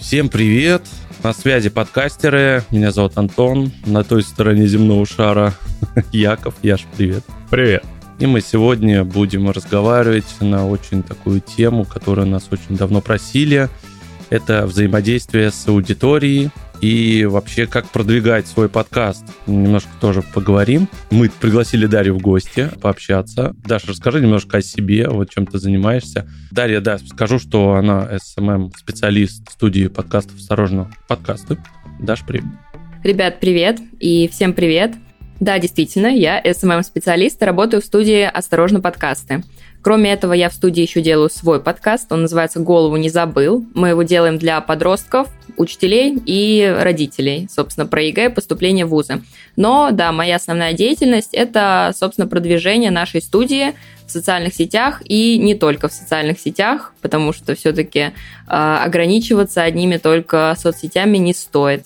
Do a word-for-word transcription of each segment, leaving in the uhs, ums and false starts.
Всем привет! На связи подкастеры. Меня зовут Антон. На той стороне земного шара Яков. Яш, привет. Привет. И мы сегодня будем разговаривать на очень такую тему, которую нас очень давно просили. Это взаимодействие с аудиторией и вообще как продвигать свой подкаст. Немножко тоже поговорим. Мы пригласили Дарью в гости пообщаться. Даша, расскажи немножко о себе, вот чем ты занимаешься. Дарья, да, скажу, что она эс эм эм-специалист студии подкастов «Осторожно, подкасты». Даш, привет. Ребят, привет и всем привет. Да, действительно, я эс эм эм-специалист, работаю в студии «Осторожно, подкасты». Кроме этого, я в студии еще делаю свой подкаст, он называется «Голову не забыл». Мы его делаем для подростков, учителей и родителей, собственно, про ЕГЭ, поступление в вузы. Но, да, моя основная деятельность – это, собственно, продвижение нашей студии в социальных сетях и не только в социальных сетях, потому что все-таки э, ограничиваться одними только соцсетями не стоит.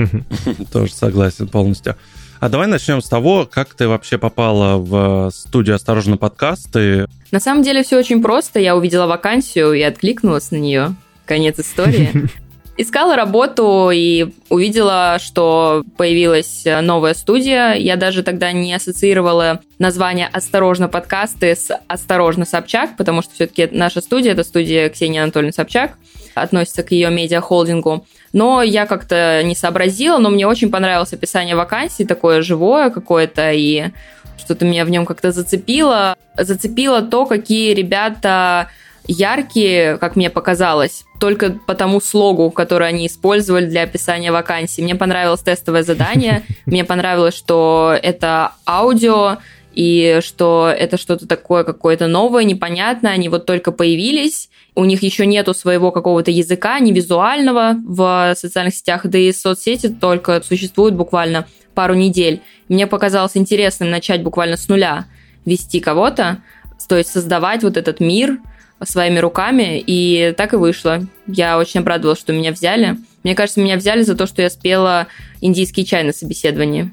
Тоже согласен полностью. А давай начнем с того, как ты вообще попала в студию «Осторожно, подкасты». На самом деле все очень просто. Я увидела вакансию и откликнулась на нее. Конец истории. Искала работу и увидела, что появилась новая студия. Я даже тогда не ассоциировала название «Осторожно, подкасты» с «Осторожно, Собчак», потому что все-таки наша студия, это студия Ксении Анатольевны Собчак, относится к ее медиахолдингу. Но я как-то не сообразила, но мне очень понравилось описание вакансии, такое живое какое-то, и что-то меня в нем как-то зацепило. Зацепило то, какие ребята яркие, как мне показалось, только по тому слогу, который они использовали для описания вакансии. Мне понравилось тестовое задание, мне понравилось, что это аудио, и что это что-то такое какое-то новое, непонятное, они вот только появились, у них еще нету своего какого-то языка, не визуального в социальных сетях, да и соцсети только существуют буквально пару недель. Мне показалось интересным начать буквально с нуля вести кого-то, то есть создавать вот этот мир своими руками, и так и вышло. Я очень обрадовалась, что меня взяли. Мне кажется, меня взяли за то, что я спела индийский чай на собеседовании.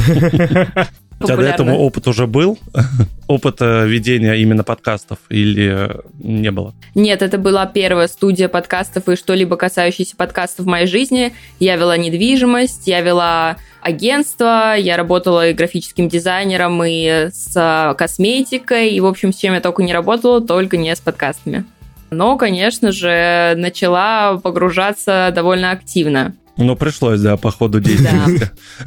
У тебя до этого опыт уже был? Опыт ведения именно подкастов или не было? Нет, это была первая студия подкастов и что-либо касающееся подкастов в моей жизни. Я вела недвижимость, я вела агентство, я работала и графическим дизайнером, и с косметикой, и, в общем, с чем я только не работала, только не с подкастами. Но, конечно же, начала погружаться довольно активно. Ну, пришлось, да, по ходу деятельности.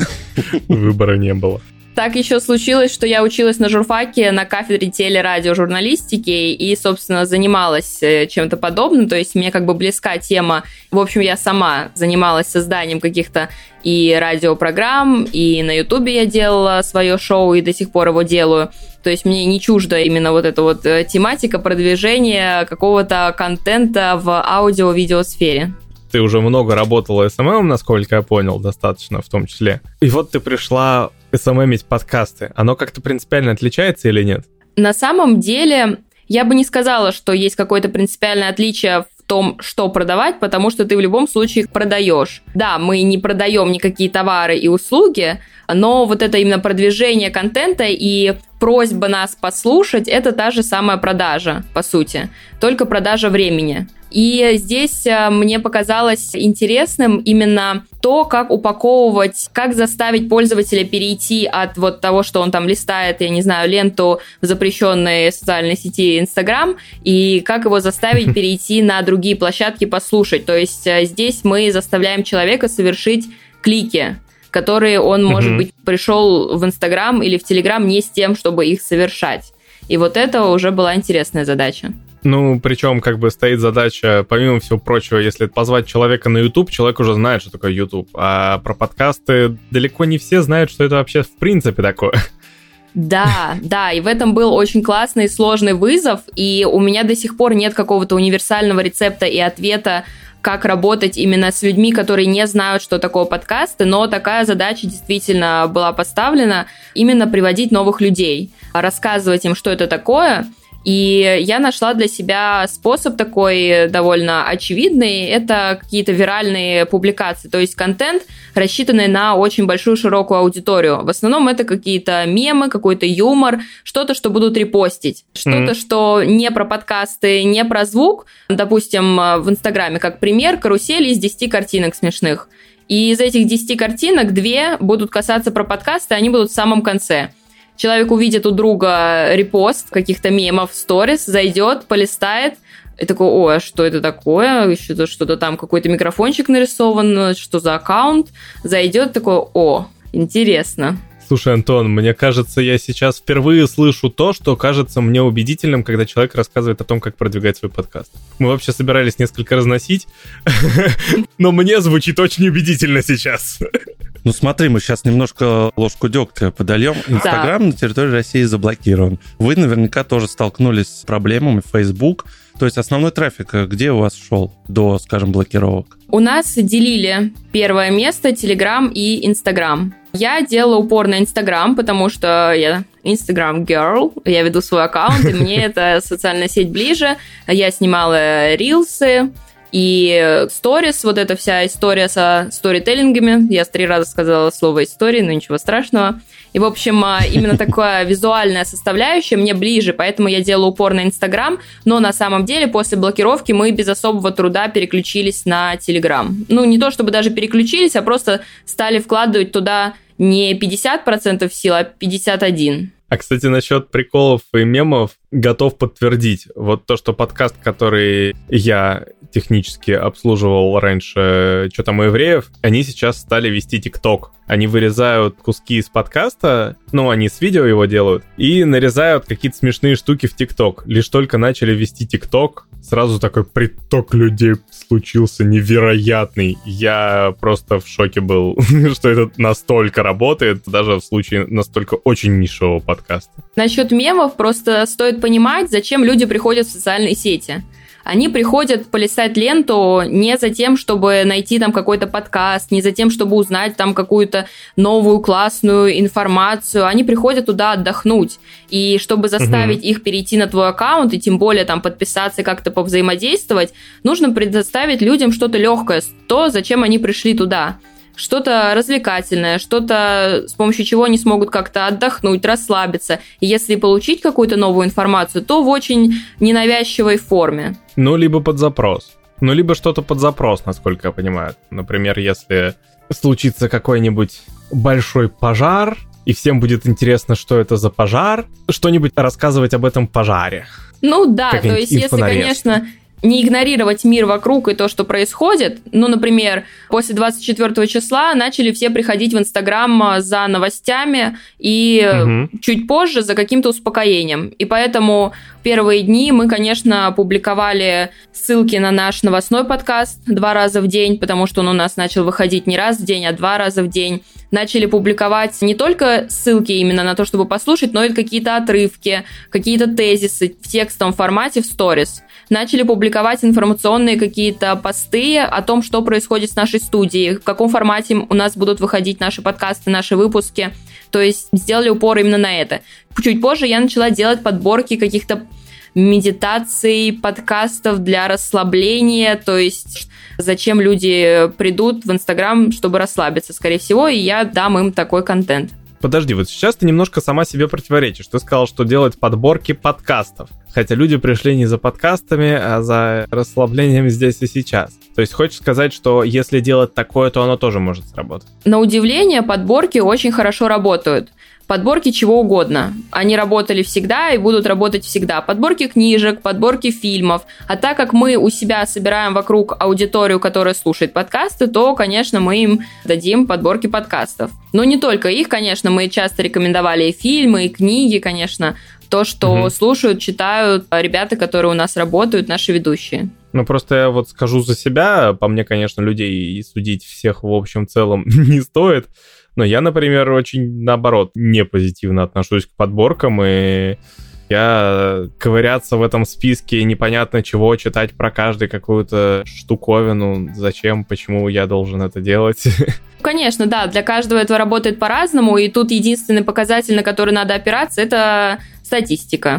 Выбора не было. Так еще случилось, что я училась на журфаке на кафедре телерадиожурналистики и, собственно, занималась чем-то подобным, то есть мне как бы близка тема. В общем, я сама занималась созданием каких-то и радиопрограмм, и на Ютубе я делала свое шоу и до сих пор его делаю. То есть мне не чужда именно вот эта вот тематика продвижения какого-то контента в аудио-видеосфере. Ты уже много работала эс эм эм, насколько я понял, достаточно в том числе. И вот ты пришла эс эм эм-ить подкасты. Оно как-то принципиально отличается или нет? На самом деле, я бы не сказала, что есть какое-то принципиальное отличие в том, что продавать, потому что ты в любом случае их продаешь. Да, мы не продаем никакие товары и услуги, но вот это именно продвижение контента и просьба нас послушать – это та же самая продажа, по сути, только продажа времени. И здесь мне показалось интересным именно то, как упаковывать, как заставить пользователя перейти от вот того, что он там листает, я не знаю, ленту в запрещенной социальной сети Инстаграм, и как его заставить перейти на другие площадки послушать. То есть здесь мы заставляем человека совершить клики, которые он, может mm-hmm. быть, пришел в Инстаграм или в Телеграм не с тем, чтобы их совершать. И вот это уже была интересная задача. Ну, причем как бы стоит задача, помимо всего прочего, если позвать человека на YouTube, человек уже знает, что такое YouTube. А про подкасты далеко не все знают, что это вообще в принципе такое. Да, да, и в этом был очень классный и сложный вызов, и у меня до сих пор нет какого-то универсального рецепта и ответа, как работать именно с людьми, которые не знают, что такое подкасты, но такая задача действительно была поставлена, именно приводить новых людей, рассказывать им, что это такое, И я нашла для себя способ такой довольно очевидный. Это какие-то виральные публикации, то есть контент, рассчитанный на очень большую широкую аудиторию. В основном это какие-то мемы, какой-то юмор, что-то, что будут репостить. Что-то, mm. что не про подкасты, не про звук. Допустим, в Инстаграме, как пример, карусель из десяти картинок смешных. И из этих десяти картинок две будут касаться про подкасты, они будут в самом конце. Человек увидит у друга репост каких-то мемов, сторис, зайдет, полистает, и такой, ой, а что это такое? Еще что-то там, какой-то микрофончик нарисован, что за аккаунт? Зайдет, такой, о, интересно. Слушай, Антон, мне кажется, я сейчас впервые слышу то, что кажется мне убедительным, когда человек рассказывает о том, как продвигать свой подкаст. Мы вообще собирались несколько разносить, но мне звучит очень убедительно сейчас. Ну смотри, мы сейчас немножко ложку дегтя подольем. Инстаграм да. на территории России заблокирован. Вы наверняка тоже столкнулись с проблемами. Facebook. То есть основной трафик где у вас шел до, скажем, блокировок? У нас делили первое место Telegram и Instagram. Я делала упор на Instagram, потому что я Instagram girl, я веду свой аккаунт, и мне эта социальная сеть ближе. Я снимала рилсы и сторис, вот эта вся история со сторителлингами. Я три раза сказала слово «истории», но ничего страшного. И, в общем, именно такая визуальная составляющая мне ближе, поэтому я делала упор на Инстаграм, но на самом деле после блокировки мы без особого труда переключились на Телеграм. Ну, не то чтобы даже переключились, а просто стали вкладывать туда не пятьдесят процентов сил, а пятьдесят один процент. А, кстати, насчет приколов и мемов готов подтвердить. Вот то, что подкаст, который я технически обслуживал раньше, что там у евреев, они сейчас стали вести ТикТок. Они вырезают куски из подкаста, ну, они с видео его делают, и нарезают какие-то смешные штуки в ТикТок. Лишь только начали вести ТикТок, сразу такой приток людей случился невероятный. Я просто в шоке был, что это настолько работает, даже в случае настолько очень нишевого подкаста. Насчет мемов просто стоит понимать, зачем люди приходят в социальные сети. Они приходят полистать ленту не за тем, чтобы найти там какой-то подкаст, не за тем, чтобы узнать там какую-то новую классную информацию. Они приходят туда отдохнуть. И чтобы заставить угу. их перейти на твой аккаунт и тем более там подписаться и как-то повзаимодействовать, нужно предоставить людям что-то легкое, то, зачем они пришли туда. Что-то развлекательное, что-то, с помощью чего они смогут как-то отдохнуть, расслабиться. И если получить какую-то новую информацию, то в очень ненавязчивой форме. Ну, либо под запрос. Ну, либо что-то под запрос, насколько я понимаю. Например, если случится какой-нибудь большой пожар, и всем будет интересно, что это за пожар, что-нибудь рассказывать об этом пожаре. Ну да, как то есть если, конечно... не игнорировать мир вокруг и то, что происходит. Ну, например, после двадцать четвёртого числа начали все приходить в Инстаграм за новостями и угу. чуть позже за каким-то успокоением. И поэтому первые дни мы, конечно, публиковали ссылки на наш новостной подкаст два раза в день, потому что он у нас начал выходить не раз в день, а два раза в день. Начали публиковать не только ссылки именно на то, чтобы послушать, но и какие-то отрывки, какие-то тезисы в текстовом формате в сторис. Начали публиковать информационные какие-то посты о том, что происходит с нашей студией, в каком формате у нас будут выходить наши подкасты, наши выпуски. То есть сделали упор именно на это. Чуть позже я начала делать подборки каких-то медитаций, подкастов для расслабления, то есть зачем люди придут в Инстаграм, чтобы расслабиться, скорее всего, и я дам им такой контент. Подожди, вот сейчас ты немножко сама себе противоречишь. Ты сказал, что делать подборки подкастов. Хотя люди пришли не за подкастами, а за расслаблением здесь и сейчас. То есть хочешь сказать, что если делать такое, то оно тоже может сработать? На удивление, подборки очень хорошо работают. Подборки чего угодно. Они работали всегда и будут работать всегда. Подборки книжек, подборки фильмов. А так как мы у себя собираем вокруг аудиторию, которая слушает подкасты, то, конечно, мы им дадим подборки подкастов. Но не только их, конечно, мы часто рекомендовали и фильмы, и книги, конечно. То, что угу. слушают, читают ребята, которые у нас работают, наши ведущие. Ну, просто я вот скажу за себя. По мне, конечно, людей судить всех в общем целом не стоит. Но я, например, очень, наоборот, не позитивно отношусь к подборкам, и я ковыряться в этом списке непонятно чего, читать про каждую какую-то штуковину, зачем, почему я должен это делать. Конечно, да, для каждого это работает по-разному, и тут единственный показатель, на который надо опираться, это статистика.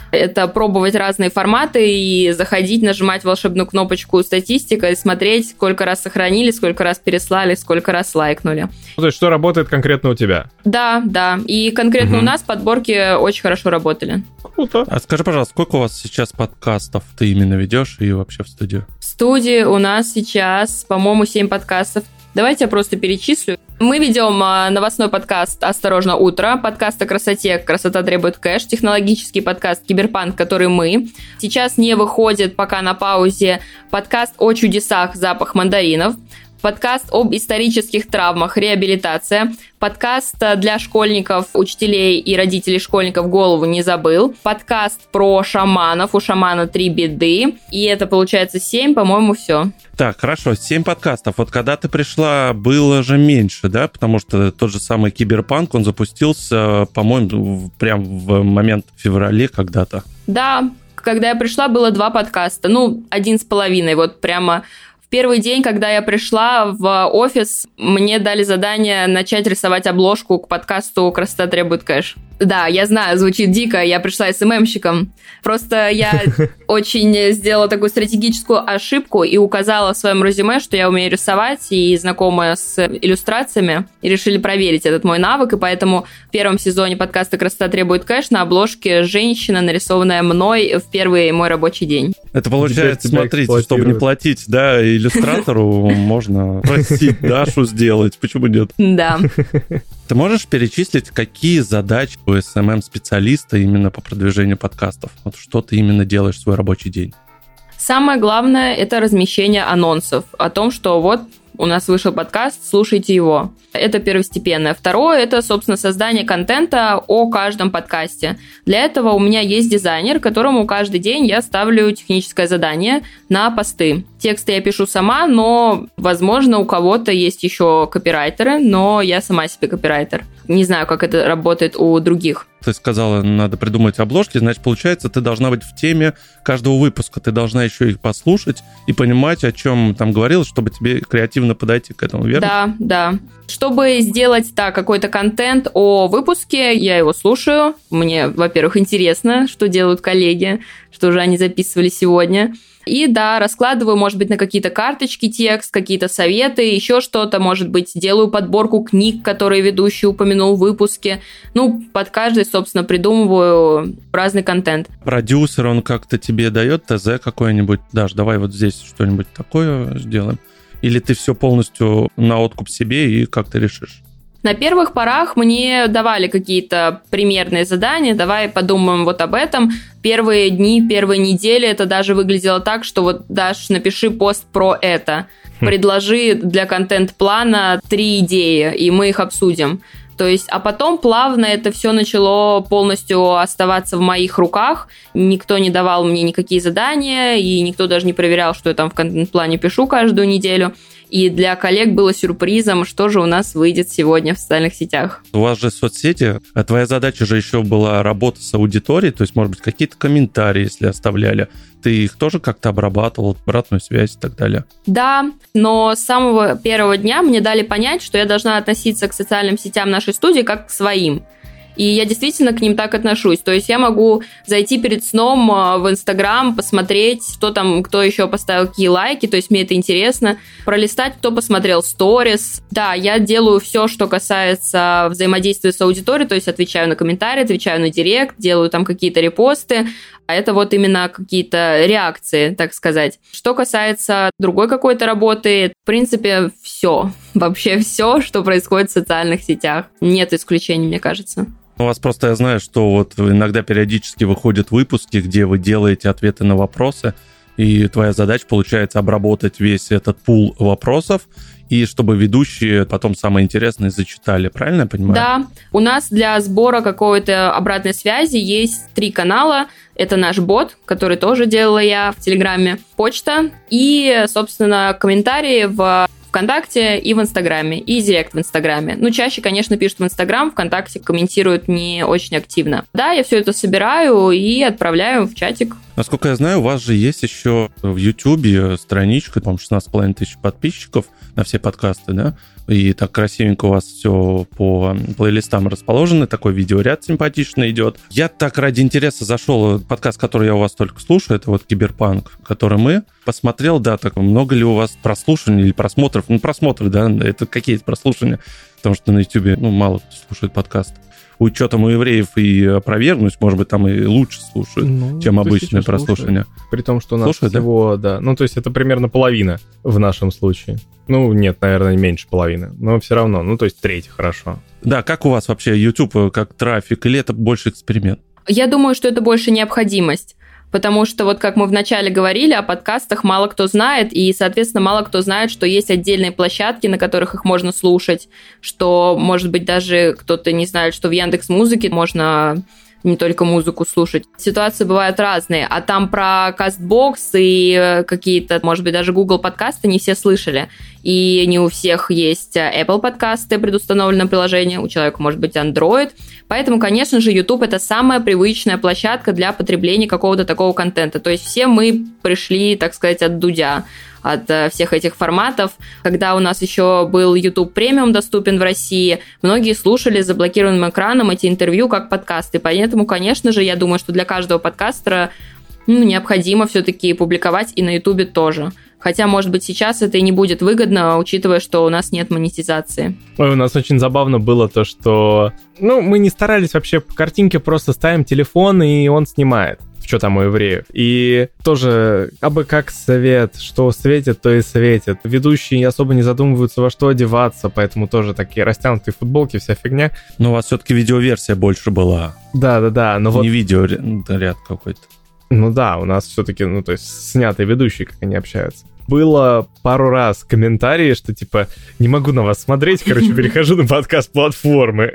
Это пробовать разные форматы и заходить, нажимать волшебную кнопочку «Статистика» и смотреть, сколько раз сохранили, сколько раз переслали, сколько раз лайкнули. То есть что работает конкретно у тебя? Да, да. И конкретно угу. у нас подборки очень хорошо работали. Круто. А скажи, пожалуйста, сколько у вас сейчас подкастов ты именно ведешь и вообще в студию? В студии у нас сейчас, по-моему, семь подкастов. Давайте я просто перечислю. Мы ведем новостной подкаст «Осторожно, утро», подкаст о красоте «Красота требует кэш», технологический подкаст «Киберпанк», который мы. Сейчас не выходит, пока на паузе, подкаст о чудесах «Запах мандаринов», подкаст об исторических травмах «Реабилитация», подкаст для школьников, учителей и родителей школьников «Голову не забыл», подкаст про шаманов, у шамана три беды, и это получается семь, по-моему, все. Так, хорошо, семь подкастов. Вот когда ты пришла, было же меньше, да? Потому что тот же самый Киберпанк, он запустился, по-моему, прям в момент февраля когда-то. Да, когда я пришла, было два подкаста, ну, один с половиной, вот прямо... Первый день, когда я пришла в офис, мне дали задание начать рисовать обложку к подкасту «Красота требует кэш». Да, я знаю, звучит дико, я пришла эс эм эм-щиком. Просто я очень сделала такую стратегическую ошибку и указала в своем резюме, что я умею рисовать и знакома с иллюстрациями, и решили проверить этот мой навык, и поэтому в первом сезоне подкаста «Красота требует кэш» на обложке женщина, нарисованная мной в первый мой рабочий день. Это получается, смотрите, чтобы не платить, да, иллюстратору можно просить Дашу сделать, почему нет? Да. Ты можешь перечислить, какие задачи у эс эм эм-специалиста именно по продвижению подкастов? Вот что ты именно делаешь в свой рабочий день? Самое главное – это размещение анонсов о том, что вот у нас вышел подкаст, слушайте его. Это первостепенное. Второе – это, собственно, создание контента о каждом подкасте. Для этого у меня есть дизайнер, которому каждый день я ставлю техническое задание на посты. Тексты я пишу сама, но, возможно, у кого-то есть еще копирайтеры, но я сама себе копирайтер. Не знаю, как это работает у других. Ты сказала, надо придумать обложки, значит, получается, ты должна быть в теме каждого выпуска, ты должна еще их послушать и понимать, о чем там говорилось, чтобы тебе креативно подойти к этому, верно? Да, да. Чтобы сделать, да, какой-то контент о выпуске, я его слушаю. Мне, во-первых, интересно, что делают коллеги, что же они записывали сегодня. И да, раскладываю, может быть, на какие-то карточки текст, какие-то советы, еще что-то, может быть, делаю подборку книг, которые ведущий упомянул в выпуске. Ну, под каждый, собственно, придумываю разный контент. Продюсер, он как-то тебе дает ТЗ какой-нибудь? Даш, давай вот здесь что-нибудь такое сделаем. Или ты все полностью на откуп себе и как ты решишь? На первых порах мне давали какие-то примерные задания, давай подумаем вот об этом. Первые дни, первые недели это даже выглядело так, что вот, Даш, напиши пост про это. Предложи для контент-плана три идеи, и мы их обсудим. То есть, а потом плавно это все начало полностью оставаться в моих руках. Никто не давал мне никакие задания, и никто даже не проверял, что я там в контент-плане пишу каждую неделю. И для коллег было сюрпризом, что же у нас выйдет сегодня в социальных сетях. У вас же соцсети, а твоя задача же еще была работа с аудиторией, то есть, может быть, какие-то комментарии, если оставляли, ты их тоже как-то обрабатывал, обратную связь и так далее? Да, но с самого первого дня мне дали понять, что я должна относиться к социальным сетям нашей студии как к своим. И я действительно к ним так отношусь. То есть я могу зайти перед сном в Инстаграм, посмотреть, кто там, кто еще поставил какие лайки, то есть мне это интересно, пролистать, кто посмотрел сторис. Да, я делаю все, что касается взаимодействия с аудиторией, то есть отвечаю на комментарии, отвечаю на директ, делаю там какие-то репосты, а это вот именно какие-то реакции, так сказать. Что касается другой какой-то работы, в принципе, все. Вообще все, что происходит в социальных сетях. Нет исключений, мне кажется. У вас просто, я знаю, что вот иногда периодически выходят выпуски, где вы делаете ответы на вопросы, и твоя задача, получается, обработать весь этот пул вопросов, и чтобы ведущие потом самое интересное зачитали. Правильно я понимаю? Да. У нас для сбора какой-то обратной связи есть три канала. Это наш бот, который тоже делала я в Телеграме, почта и, собственно, комментарии в ВКонтакте и в Инстаграме, и директ в Инстаграме. Ну, чаще, конечно, пишут в Инстаграм, ВКонтакте комментируют не очень активно. Да, я все это собираю и отправляю в чатик. Насколько я знаю, у вас же есть еще в Ютубе страничка, по-моему, шестнадцать с половиной тысяч подписчиков на все подкасты, да? и так красивенько у вас все по плейлистам расположено, такой видеоряд симпатичный идет. Я так ради интереса зашел, подкаст, который я у вас только слушаю, это вот Киберпанк, который мы, посмотрел, да, так много ли у вас прослушиваний или просмотров, ну, просмотры, да, это какие-то прослушивания, потому что на Ютубе, ну, мало кто слушает подкаст. Учетом у евреев и опровергнуть, может быть, там и лучше слушают, ну, чем обычное прослушивание. Слушает. При том, что у нас слушают, всего, да? да, ну, то есть это примерно половина в нашем случае. Ну, нет, наверное, меньше половины, но все равно, ну, то есть треть хорошо. Да, как у вас вообще YouTube, как трафик, или это больше эксперимент? Я думаю, что это больше необходимость. Потому что, вот как мы вначале говорили, о подкастах мало кто знает, и, соответственно, мало кто знает, что есть отдельные площадки, на которых их можно слушать, что, может быть, даже кто-то не знает, что в Яндекс.Музыке можно не только музыку слушать. Ситуации бывают разные, а там про Castbox и какие-то, может быть, даже Google подкасты не все слышали. И не у всех есть Apple подкасты, предустановленное приложение, у человека может быть Android. Поэтому, конечно же, YouTube — это самая привычная площадка для потребления какого-то такого контента. То есть все мы пришли, так сказать, от Дудя, от всех этих форматов. Когда у нас еще был YouTube Premium доступен в России, многие слушали с заблокированным экраном эти интервью как подкасты. Поэтому, конечно же, я думаю, что для каждого подкастера ну, необходимо все-таки публиковать и на YouTube тоже. Хотя, может быть, сейчас это и не будет выгодно, учитывая, что у нас нет монетизации. Ой, у нас очень забавно было то, что... Ну, мы не старались вообще по картинке, просто ставим телефон, и он снимает. Что там у евреев. И тоже, абы как совет, что светит, то и светит. Ведущие особо не задумываются, во что одеваться, поэтому тоже такие растянутые футболки, вся фигня. Но у вас все-таки видеоверсия больше была. Да-да-да. Но не вот... видеоряд какой-то. Ну да, у нас все-таки, ну то есть снятые ведущие, как они общаются. Было пару раз комментарии, что типа не могу на вас смотреть, короче, перехожу на подкаст-платформы.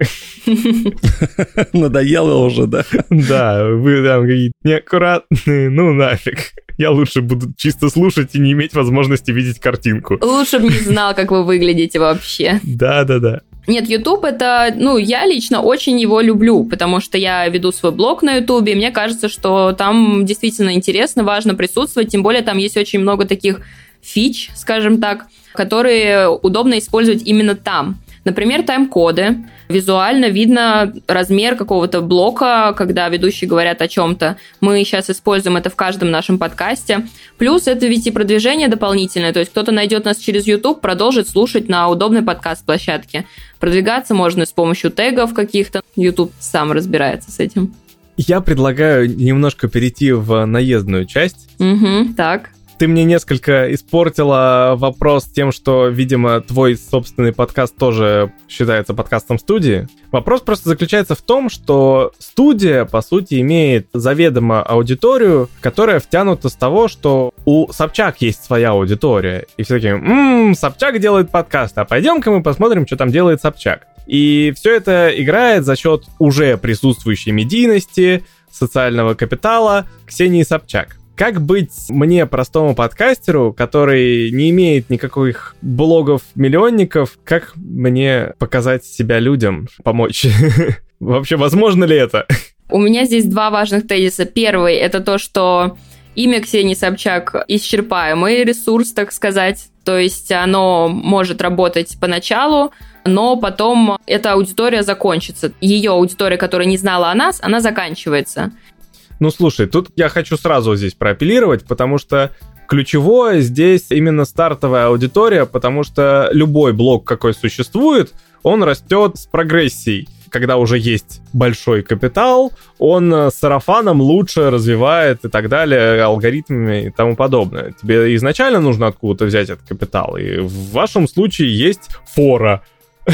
Надоело уже, да? Да, вы там какие-то неаккуратные, ну нафиг. Я лучше буду чисто слушать и не иметь возможности видеть картинку. Лучше бы не знал, как вы выглядите вообще. Да-да-да. Нет, YouTube это, ну, я лично очень его люблю, потому что я веду свой блог на YouTube, и мне кажется, что там действительно интересно, важно присутствовать, тем более там есть очень много таких фич, скажем так, которые удобно использовать именно там. Например, тайм-коды. Визуально видно размер какого-то блока, когда ведущие говорят о чем-то. Мы сейчас используем это в каждом нашем подкасте. Плюс это ведь и продвижение дополнительное. То есть кто-то найдет нас через YouTube, продолжит слушать на удобной подкаст-площадке. Продвигаться можно с помощью тегов каких-то. YouTube сам разбирается с этим. Я предлагаю немножко перейти в наездную часть. Угу, так. Ты мне несколько испортила вопрос тем, что, видимо, твой собственный подкаст тоже считается подкастом студии. Вопрос просто заключается в том, что студия, по сути, имеет заведомо аудиторию, которая втянута с того, что у Собчак есть своя аудитория. И все такие, ммм, Собчак делает подкаст, а пойдем-ка мы посмотрим, что там делает Собчак. И все это играет за счет уже присутствующей медийности, социального капитала Ксении Собчак. Как быть мне, простому подкастеру, который не имеет никаких блогов-миллионников, как мне показать себя людям, помочь? Вообще, возможно ли это? У меня здесь два важных тезиса. Первый — это то, что имя Ксении Собчак исчерпаемый ресурс, так сказать. То есть оно может работать поначалу, но потом эта аудитория закончится. Ее аудитория, которая не знала о нас, она заканчивается. Ну, слушай, тут я хочу сразу здесь проапеллировать, потому что ключевое здесь именно стартовая аудитория, потому что любой блог, какой существует, он растет с прогрессией. Когда уже есть большой капитал, он сарафаном лучше развивает и так далее, алгоритмами и тому подобное. Тебе изначально нужно откуда-то взять этот капитал, и в вашем случае есть фора.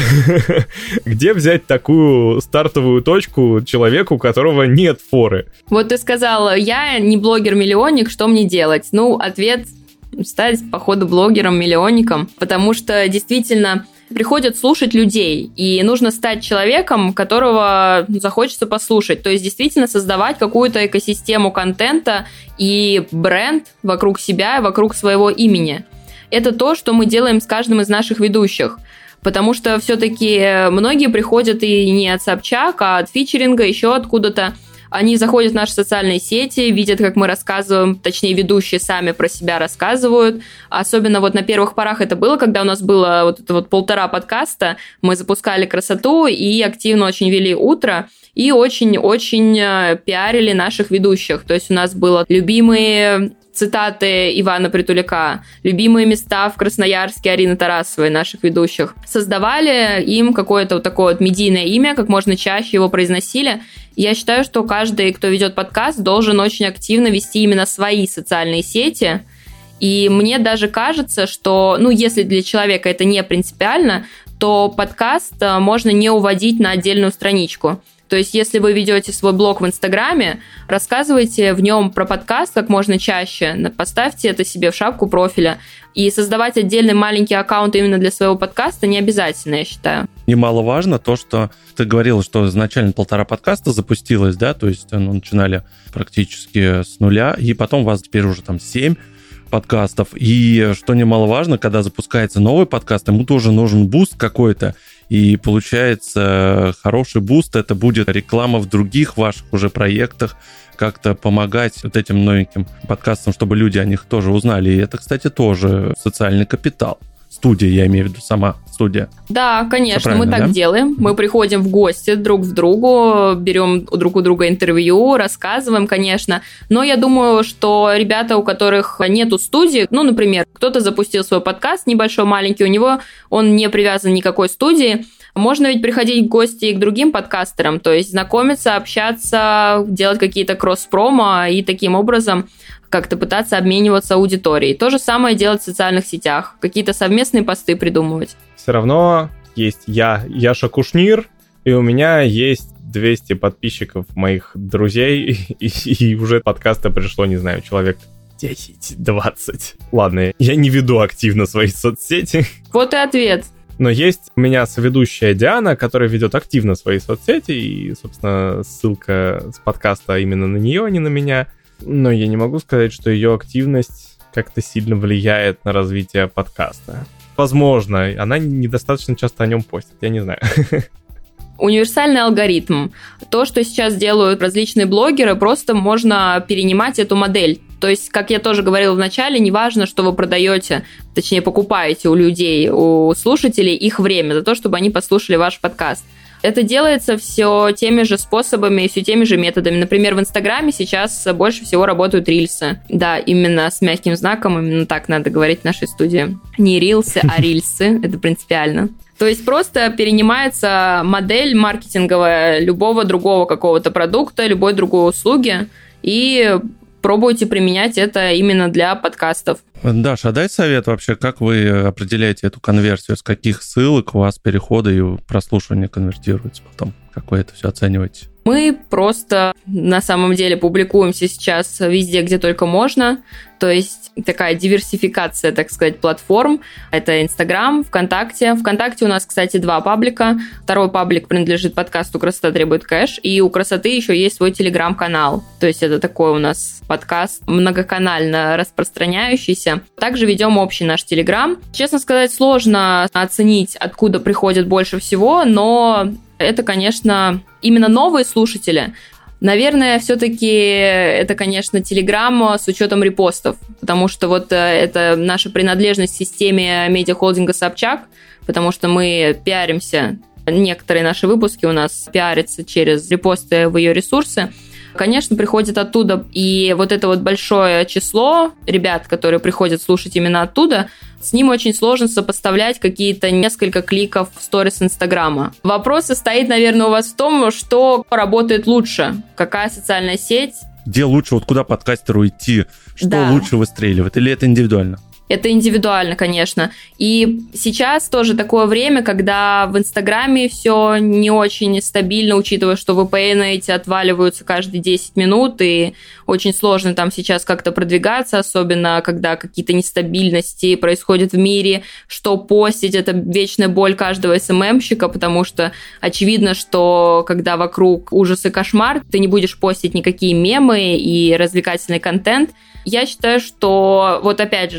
Где взять такую стартовую точку человеку, у которого нет форы? Вот ты сказал, я не блогер-миллионник, что мне делать? Ну, ответ — стать, походу, блогером-миллионником, потому что действительно приходят слушать людей, и нужно стать человеком, которого захочется послушать. То есть действительно создавать какую-то экосистему контента и бренд вокруг себя, вокруг своего имени. Это то, что мы делаем с каждым из наших ведущих. Потому что все-таки многие приходят и не от Собчак, а от фичеринга, еще откуда-то. Они заходят в наши социальные сети, видят, как мы рассказываем, точнее, ведущие сами про себя рассказывают. Особенно вот на первых порах это было, когда у нас было вот это вот полтора подкаста, мы запускали «Красоту» и активно очень вели «Утро», и очень-очень пиарили наших ведущих. То есть у нас было любимые цитаты Ивана Притуляка, любимые места в Красноярске Арины Тарасовой, наших ведущих. Создавали им какое-то вот такое вот медийное имя, как можно чаще его произносили. Я считаю, что каждый, кто ведет подкаст, должен очень активно вести именно свои социальные сети. И мне даже кажется, что, ну, если для человека это не принципиально, то подкаст можно не уводить на отдельную страничку. То есть, если вы ведете свой блог в Инстаграме, рассказывайте в нем про подкаст как можно чаще, поставьте это себе в шапку профиля. И создавать отдельный маленький аккаунт именно для своего подкаста не обязательно, я считаю. Немаловажно то, что ты говорила, что изначально полтора подкаста запустилось, да, то есть ну, начинали практически с нуля, и потом у вас теперь уже там семь подкастов. И что немаловажно, когда запускается новый подкаст, ему тоже нужен буст какой-то. И получается, хороший буст — это будет реклама в других ваших уже проектах, как-то помогать вот этим новеньким подкастам, чтобы люди о них тоже узнали. И это, кстати, тоже социальный капитал. Студия, я имею в виду, сама студия. Да, конечно, мы так да? делаем. Мы приходим в гости друг к другу, берем друг у друга интервью, рассказываем, конечно. Но я думаю, что ребята, у которых нету студии, ну, например, кто-то запустил свой подкаст небольшой, маленький, у него он не привязан ни к какой студии. Можно ведь приходить в гости и к другим подкастерам, то есть знакомиться, общаться, делать какие-то кросс-промо и таким образом как-то пытаться обмениваться аудиторией. То же самое делать в социальных сетях, какие-то совместные посты придумывать. Все равно есть я, Яша Кушнир, и у меня есть двести подписчиков моих друзей, и, и уже подкаста пришло, не знаю, человек десять-двадцать. Ладно, я не веду активно свои соцсети. Вот и ответ. Но есть у меня соведущая Диана, которая ведет активно свои соцсети, и, собственно, ссылка с подкаста именно на нее, а не на меня. Но я не могу сказать, что ее активность как-то сильно влияет на развитие подкаста. Возможно, она недостаточно часто о нем постит, я не знаю. Универсальный алгоритм. То, что сейчас делают различные блогеры, просто можно перенимать эту модель. То есть, как я тоже говорила в начале, неважно, что вы продаете, точнее, покупаете у людей, у слушателей их время за то, чтобы они послушали ваш подкаст. Это делается все теми же способами и все теми же методами. Например, в Инстаграме сейчас больше всего работают рилсы. Да, именно с мягким знаком, именно так надо говорить в нашей студии. Не рилсы, а рильсы. Это принципиально. То есть просто перенимается модель маркетинговая любого другого какого-то продукта, любой другой услуги, и пробуйте применять это именно для подкастов. Даша, а дай совет вообще, как вы определяете эту конверсию, с каких ссылок у вас переходы и прослушивания конвертируются потом? Как вы это все оцениваете? Мы просто на самом деле публикуемся сейчас везде, где только можно. То есть такая диверсификация, так сказать, платформ. Это Инстаграм, ВКонтакте. ВКонтакте у нас, кстати, два паблика. Второй паблик принадлежит подкасту «Красота требует кэш». И у «Красоты» еще есть свой телеграм-канал. То есть это такой у нас подкаст многоканально распространяющийся. Также ведем общий наш телеграм. Честно сказать, сложно оценить, откуда приходит больше всего, но это, конечно, именно новые слушатели. Наверное, все-таки это, конечно, Телеграм с учетом репостов, потому что вот это наша принадлежность к системе медиахолдинга Собчак, потому что мы пиаримся, некоторые наши выпуски у нас пиарятся через репосты в ее ресурсы. Конечно, приходит оттуда, и вот это вот большое число ребят, которые приходят слушать именно оттуда, с ним очень сложно сопоставлять какие-то несколько кликов в сторис Инстаграма. Вопрос состоит, наверное, у вас в том, что работает лучше, какая социальная сеть. Где лучше, вот куда подкастеру идти, что да. лучше выстреливает, или это индивидуально? Это индивидуально, конечно. И сейчас тоже такое время, когда в Инстаграме все не очень стабильно, учитывая, что ви пи эн эти отваливаются каждые десять минут, и очень сложно там сейчас как-то продвигаться, особенно когда какие-то нестабильности происходят в мире, что постить, это вечная боль каждого эс эм эм-щика, потому что очевидно, что когда вокруг ужас и кошмар, ты не будешь постить никакие мемы и развлекательный контент. Я считаю, что вот опять же тоже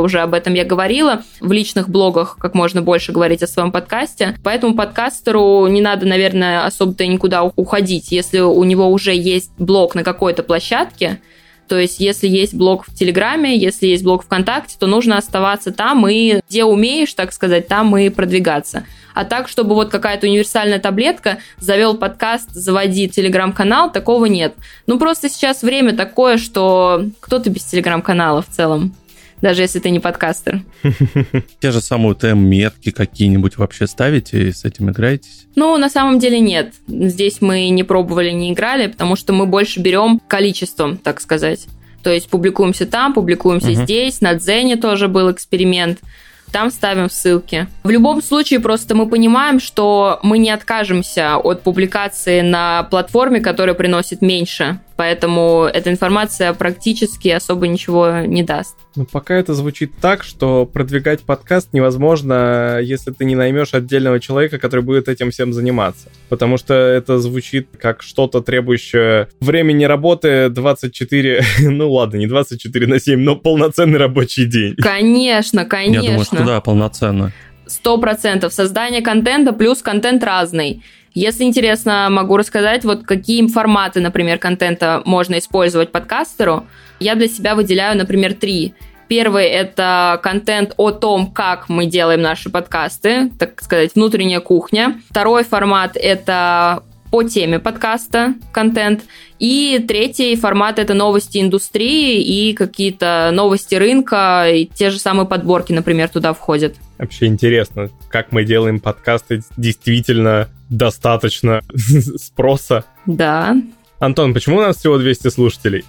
уже об этом я говорила, в личных блогах как можно больше говорить о своем подкасте, поэтому подкастеру не надо, наверное, особо-то никуда уходить. Если у него уже есть блог на какой-то площадке, то есть если есть блог в Телеграме, если есть блог ВКонтакте, то нужно оставаться там и где умеешь, так сказать, там и продвигаться. А так, чтобы вот какая-то универсальная таблетка, завел подкаст, заводи Телеграм-канал, такого нет. Ну, просто сейчас время такое, что кто-то без Телеграм-канала в целом, даже если ты не подкастер. Те же самые тэ эм-метки какие-нибудь вообще ставите и с этим играетесь? Ну, на самом деле нет. Здесь мы не пробовали, не играли, потому что мы больше берем количеством, так сказать. То есть публикуемся там, публикуемся uh-huh. здесь. На Дзене тоже был эксперимент. Там ставим ссылки. В любом случае, просто мы понимаем, что мы не откажемся от публикации на платформе, которая приносит меньше. Поэтому эта информация практически особо ничего не даст. Ну, пока это звучит так, что продвигать подкаст невозможно, если ты не наймешь отдельного человека, который будет этим всем заниматься. Потому что это звучит как что-то требующее времени работы двадцать четыре, ну ладно, не двадцать четыре на семь, но полноценный рабочий день. Конечно, конечно. Я думаю, что да, полноценно. Сто процентов. Создание контента плюс контент разный. Если интересно, могу рассказать, вот какие форматы, например, контента можно использовать подкастеру. Я для себя выделяю, например, три. Первый – это контент о том, как мы делаем наши подкасты, так сказать, внутренняя кухня. Второй формат – это по теме подкаста контент. И третий формат – это новости индустрии и какие-то новости рынка, и те же самые подборки, например, туда входят. Вообще интересно, как мы делаем подкасты, действительно достаточно спроса. Да. Антон, почему у нас всего двести слушателей?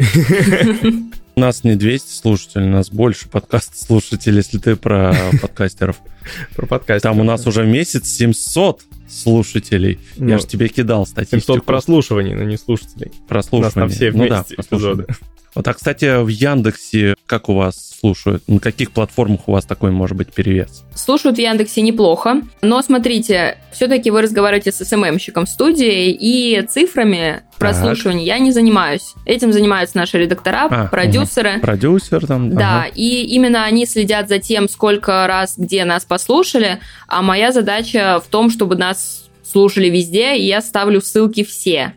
У нас не двести слушателей, у нас больше подкаст-слушателей, если ты про подкастеров. Про подкастеров. Там у нас уже в месяц семьсот слушателей. Ну, я же тебе кидал статистику. семьсот прослушиваний, но не слушателей. Прослушиваний. У нас там все вместе ну, да, эпизоды. Вот, а, кстати, в Яндексе как у вас слушают? На каких платформах у вас такой может быть перевес? Слушают в Яндексе неплохо, но смотрите, все-таки вы разговариваете с эс эм эм-щиком в студии, и цифрами прослушивания я не занимаюсь. Этим занимаются наши редактора, а, продюсеры. Угу. Продюсер там. Да, ага. И именно они следят за тем, сколько раз, где нас послушали, а моя задача в том, чтобы нас слушали везде, и я ставлю ссылки все.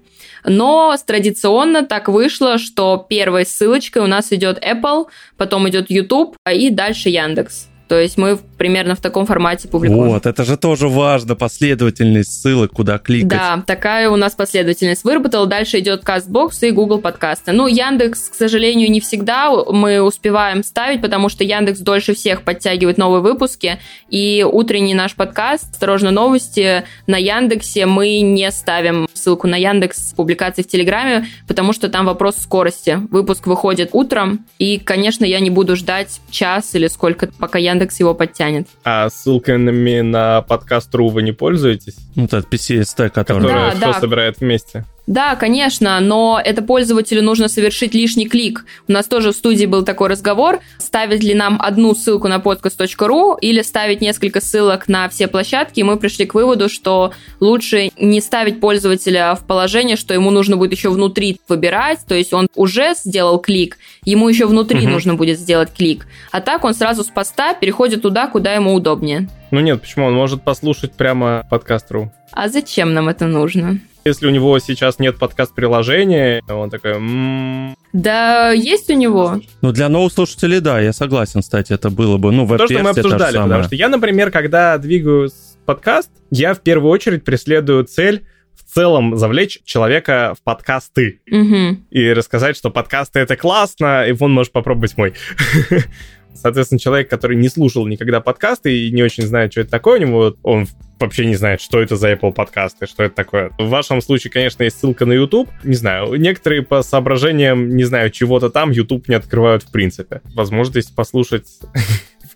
Но традиционно так вышло, что первой ссылочкой у нас идет Apple, потом идет YouTube, и дальше Яндекс. То есть мы примерно в таком формате публикуем. Вот, это же тоже важно, последовательность ссылок, куда кликать. Да, такая у нас последовательность выработала. Дальше идет CastBox и Google подкасты. Ну, Яндекс, к сожалению, не всегда мы успеваем ставить, потому что Яндекс дольше всех подтягивает новые выпуски. И утренний наш подкаст «Осторожно, новости» на Яндексе мы не ставим ссылку на Яндекс публикации в Телеграме, потому что там вопрос скорости. Выпуск выходит утром, и, конечно, я не буду ждать час или сколько, пока Яндекс Яндекс его подтянет. А ссылками на подкаст.ру вы не пользуетесь? Ну, это пи си эс ти, который... Которая да, все да. собирает вместе. Да, конечно, но это пользователю нужно совершить лишний клик. У нас тоже в студии был такой разговор, ставить ли нам одну ссылку на подкаст точка ру или ставить несколько ссылок на все площадки, и мы пришли к выводу, что лучше не ставить пользователя в положение, что ему нужно будет еще внутри выбирать, то есть он уже сделал клик, ему еще внутри угу. нужно будет сделать клик, а так он сразу с поста переходит туда, куда ему удобнее. Ну нет, почему? Он может послушать прямо подкаст точка ру. А зачем нам это нужно? Если у него сейчас нет подкаст-приложения, он такой... М-м-м. Да, есть у него. Ну, для новых слушателей, да, я согласен, кстати, это было бы... Ну, то, что мы обсуждали, потому что я, например, когда двигаю подкаст, я в первую очередь преследую цель в целом завлечь человека в подкасты. Угу. И рассказать, что подкасты — это классно, и вон, можешь попробовать мой. Соответственно, человек, который не слушал никогда подкасты и не очень знает, что это такое у него, он вообще не знает, что это за Apple подкасты, что это такое. В вашем случае, конечно, есть ссылка на YouTube. Не знаю, некоторые по соображениям, не знаю, чего-то там YouTube не открывают в принципе. Возможность послушать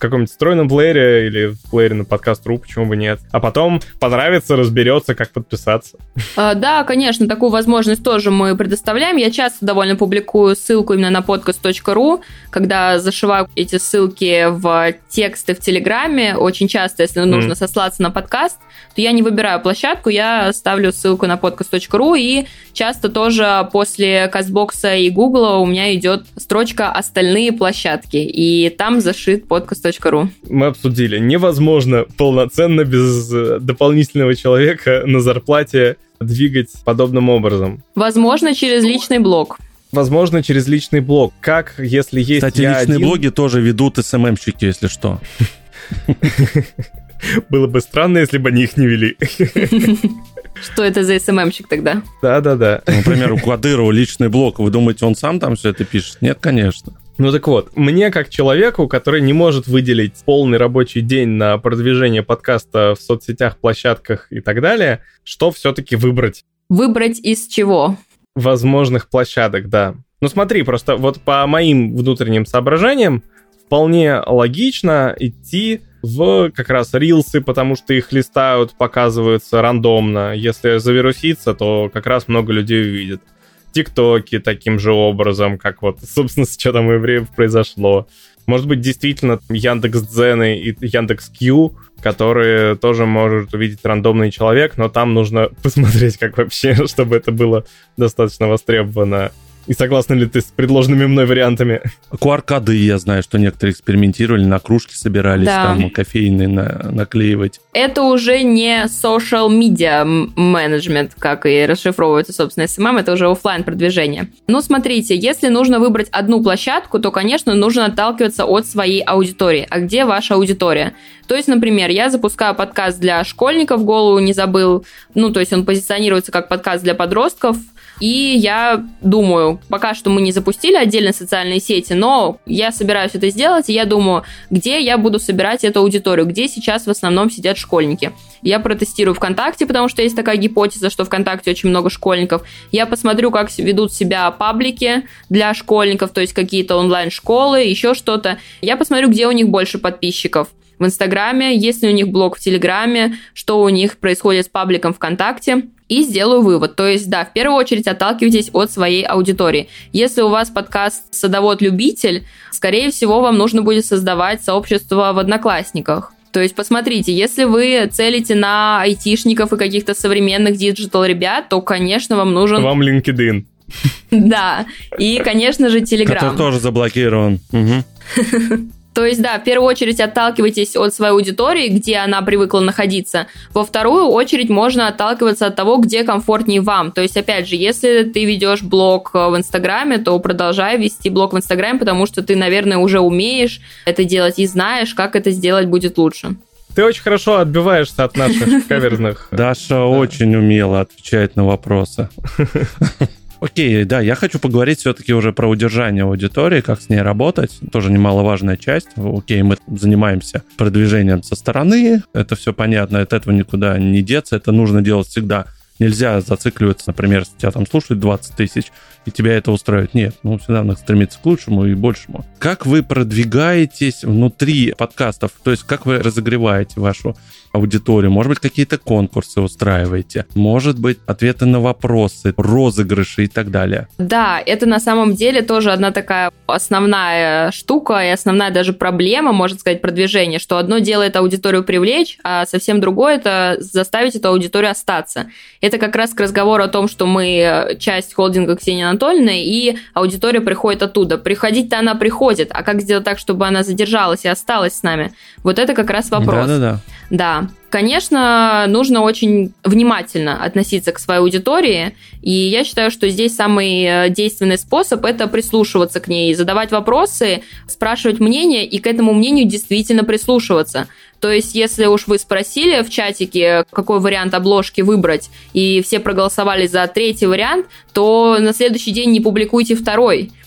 каком-нибудь встроенном плеере или в плеере на подкаст точка ру, почему бы нет. А потом понравится, разберется, как подписаться. А, да, конечно, такую возможность тоже мы предоставляем. Я часто довольно публикую ссылку именно на подкаст точка ру, когда зашиваю эти ссылки в тексты в Телеграме. Очень часто, если нужно mm. сослаться на подкаст, то я не выбираю площадку, я ставлю ссылку на подкаст точка ру, и часто тоже после Кастбокса и Гугла у меня идет строчка «Остальные площадки», и там зашит подкаст точка ру. Мы обсудили, невозможно полноценно без дополнительного человека на зарплате двигать подобным образом. Возможно, через личный блог. Возможно, через личный блог. Как, если есть Кстати, я личные один... блоги тоже ведут эс эм эм-щики, если что. Было бы странно, если бы они их не вели. Что это за эс эм эм-щик тогда? Да-да-да. Например, у Кадырова личный блог. Вы думаете, он сам там все это пишет? Нет, конечно. Ну так вот, мне как человеку, который не может выделить полный рабочий день на продвижение подкаста в соцсетях, площадках и так далее, что все-таки выбрать? Выбрать из чего? Возможных площадок, да. Ну смотри, просто вот по моим внутренним соображениям вполне логично идти в как раз рилсы, потому что их листают, показываются рандомно. Если завируситься, то как раз много людей увидят. ТикТоки таким же образом, как вот, собственно, с учетом евреев произошло. Может быть, действительно, Яндекс.Дзены и Яндекс.Кью, которые тоже может увидеть рандомный человек, но там нужно посмотреть, как вообще, чтобы это было достаточно востребовано. И согласны ли ты с предложенными мной вариантами? ку ар-коды, я знаю, что некоторые экспериментировали, на кружки собирались, да. Там кофейные на, наклеивать. Это уже не social media management, как и расшифровывается, собственно, эс эм эм, это уже офлайн продвижение. Ну, смотрите, если нужно выбрать одну площадку, то, конечно, нужно отталкиваться от своей аудитории. А где ваша аудитория? То есть, например, я запускаю подкаст для школьников, голову не забыл, ну, то есть он позиционируется как подкаст для подростков, и я думаю, пока что мы не запустили отдельно социальные сети, но я собираюсь это сделать, и я думаю, где я буду собирать эту аудиторию, где сейчас в основном сидят школьники. Я протестирую ВКонтакте, потому что есть такая гипотеза, что ВКонтакте очень много школьников. Я посмотрю, как ведут себя паблики для школьников, то есть какие-то онлайн-школы, еще что-то. Я посмотрю, где у них больше подписчиков. В Инстаграме, есть ли у них блог в Телеграме, что у них происходит с пабликом ВКонтакте, и сделаю вывод. То есть, да, в первую очередь отталкивайтесь от своей аудитории. Если у вас подкаст «Садовод-любитель», скорее всего, вам нужно будет создавать сообщество в Одноклассниках. То есть, посмотрите, если вы целите на айтишников и каких-то современных диджитал-ребят, то, конечно, вам нужен... Вам LinkedIn. Да, и, конечно же, Telegram. Который тоже заблокирован. То есть, да, в первую очередь отталкивайтесь от своей аудитории, где она привыкла находиться. Во вторую очередь можно отталкиваться от того, где комфортнее вам. То есть, опять же, если ты ведешь блог в Инстаграме, то продолжай вести блог в Инстаграме, потому что ты, наверное, уже умеешь это делать и знаешь, как это сделать будет лучше. Ты очень хорошо отбиваешься от наших каверзных... Даша очень умело отвечает на вопросы. Окей, да, я хочу поговорить все-таки уже про удержание аудитории, как с ней работать. Тоже немаловажная часть. Окей, мы занимаемся продвижением со стороны, это все понятно, от этого никуда не деться, это нужно делать всегда. Нельзя зацикливаться, например, если тебя там слушают двадцать тысяч, и тебя это устраивает. Нет, ну всегда надо стремиться к лучшему и большему. Как вы продвигаетесь внутри подкастов? То есть как вы разогреваете вашу аудиторию? Может быть, какие-то конкурсы устраиваете? Может быть, ответы на вопросы, розыгрыши и так далее? Да, это на самом деле тоже одна такая основная штука и основная даже проблема, можно сказать, продвижения, что одно дело это аудиторию привлечь, а совсем другое это заставить эту аудиторию остаться. Это как раз к разговору о том, что мы часть холдинга Ксении Анатольевны, и аудитория приходит оттуда. Приходить-то она приходит, а как сделать так, чтобы она задержалась и осталась с нами? Вот это как раз вопрос. Да-да-да. Да. Конечно, нужно очень внимательно относиться к своей аудитории, и я считаю, что здесь самый действенный способ – это прислушиваться к ней, задавать вопросы, спрашивать мнение и к этому мнению действительно прислушиваться. То есть, если уж вы спросили в чатике, какой вариант обложки выбрать, и все проголосовали за третий вариант, то на следующий день не публикуйте второй.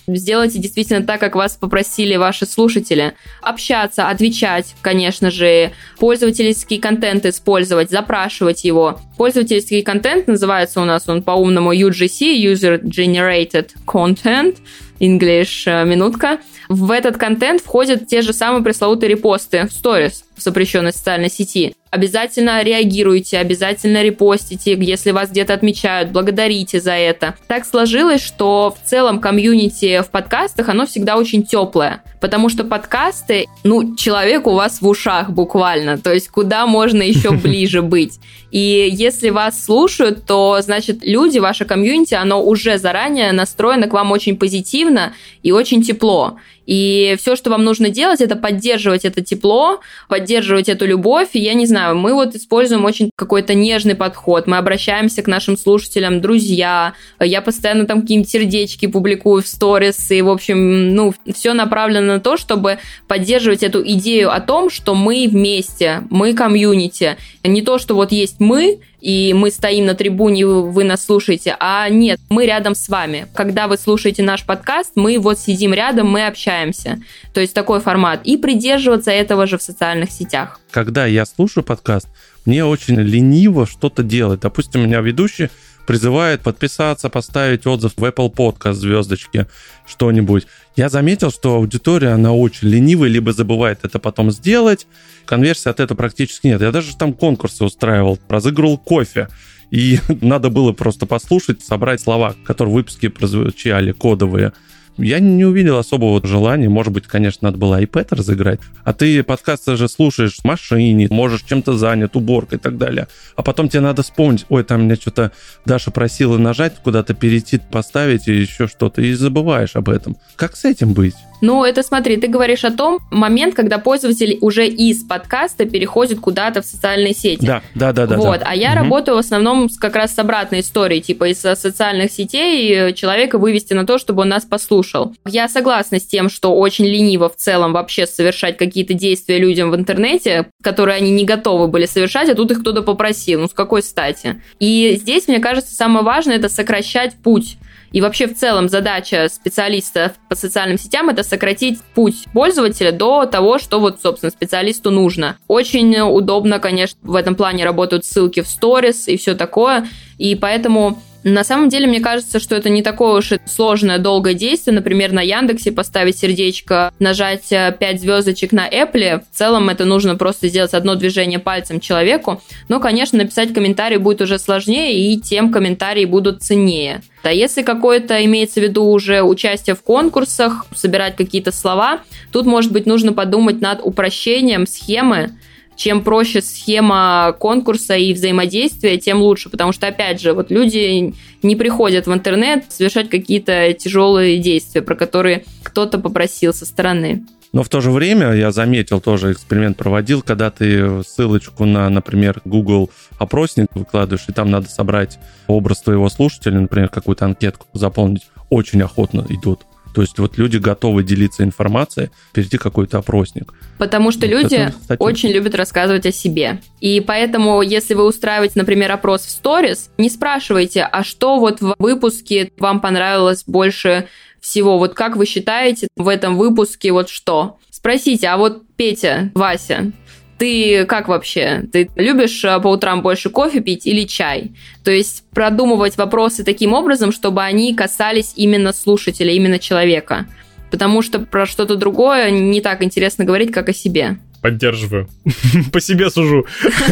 Сделайте действительно так, как вас попросили ваши слушатели. Общаться, отвечать, конечно же, пользовательский контент использовать, запрашивать его. Пользовательский контент называется у нас он по-умному ю джи си, User Generated Content, English, минутка. В этот контент входят те же самые пресловутые репосты в Stories в запрещенной социальной сети. Обязательно реагируйте, обязательно репостите, если вас где-то отмечают, благодарите за это. Так сложилось, что в целом комьюнити в подкастах, оно всегда очень теплое, потому что подкасты, ну, человек у вас в ушах буквально, то есть куда можно еще ближе быть. И если вас слушают, то, значит, люди, ваше комьюнити, оно уже заранее настроено к вам очень позитивно и очень тепло. И все, что вам нужно делать, это поддерживать это тепло, поддерживать эту любовь. И я не знаю, мы вот используем очень какой-то нежный подход. Мы обращаемся к нашим слушателям, друзья. Я постоянно там какие-нибудь сердечки публикую в сторис. И, в общем, ну, все направлено на то, чтобы поддерживать эту идею о том, что мы вместе, мы комьюнити. Не то, что вот есть мы, и мы стоим на трибуне, вы нас слушаете, а нет, мы рядом с вами. Когда вы слушаете наш подкаст, мы вот сидим рядом, мы общаемся. То есть такой формат. И придерживаться этого же в социальных сетях. Когда я слушаю подкаст, мне очень лениво что-то делать. Допустим, меня ведущий призывает подписаться, поставить отзыв в Apple Podcast, звездочки, что-нибудь. Я заметил, что аудитория, она очень ленивая, либо забывает это потом сделать. Конверсии от этого практически нет. Я даже там конкурсы устраивал, разыгрывал кофе. И надо было просто послушать, собрать слова, которые в выпуске прозвучали, кодовые. Я не увидел особого желания. Может быть, конечно, надо было iPad разыграть. А ты подкасты же слушаешь в машине, можешь чем-то занят, уборкой и так далее. А потом тебе надо вспомнить, ой, там меня что-то Даша просила нажать, куда-то перейти, поставить и еще что-то, и забываешь об этом. Как с этим быть? Ну, это смотри, ты говоришь о том момент, когда пользователь уже из подкаста переходит куда-то в социальные сети. Да, да, да, да. Вот, да. а я угу. работаю в основном как раз с обратной историей, типа из социальных сетей человека вывести на то, чтобы он нас послушал. Я согласна с тем, что очень лениво в целом вообще совершать какие-то действия людям в интернете, которые они не готовы были совершать, а тут их кто-то попросил. Ну, с какой стати? И здесь, мне кажется, самое важное – это сокращать путь. И вообще в целом задача специалиста по социальным сетям – это сократить путь пользователя до того, что вот, собственно, специалисту нужно. Очень удобно, конечно, в этом плане работают ссылки в сторис и все такое. И поэтому на самом деле, мне кажется, что это не такое уж и сложное, долгое действие. Например, на Яндексе поставить сердечко, нажать пять звездочек на Apple. В целом это нужно просто сделать одно движение пальцем человеку. Но, конечно, написать комментарий будет уже сложнее, и тем комментарии будут ценнее. А если какое-то имеется в виду уже участие в конкурсах, собирать какие-то слова, тут, может быть, нужно подумать над упрощением схемы. Чем проще схема конкурса и взаимодействия, тем лучше. Потому что, опять же, вот люди не приходят в интернет совершать какие-то тяжелые действия, про которые кто-то попросил со стороны. Но в то же время я заметил, тоже эксперимент проводил, когда ты ссылочку на, например, Google опросник выкладываешь, и там надо собрать образ твоего слушателя, например, какую-то анкетку заполнить, очень охотно идут. То есть вот люди готовы делиться информацией, перейти какой-то опросник. Потому что вот люди это, кстати, очень любят рассказывать о себе. И поэтому, если вы устраиваете, например, опрос в сторис, не спрашивайте, а что вот в выпуске вам понравилось больше всего? Вот как вы считаете в этом выпуске вот что? Спросите, а вот Петя, Вася, ты как вообще? Ты любишь по утрам больше кофе пить или чай? То есть продумывать вопросы таким образом, чтобы они касались именно слушателя, именно человека. Потому что про что-то другое не так интересно говорить, как о себе. Поддерживаю. По себе сужу.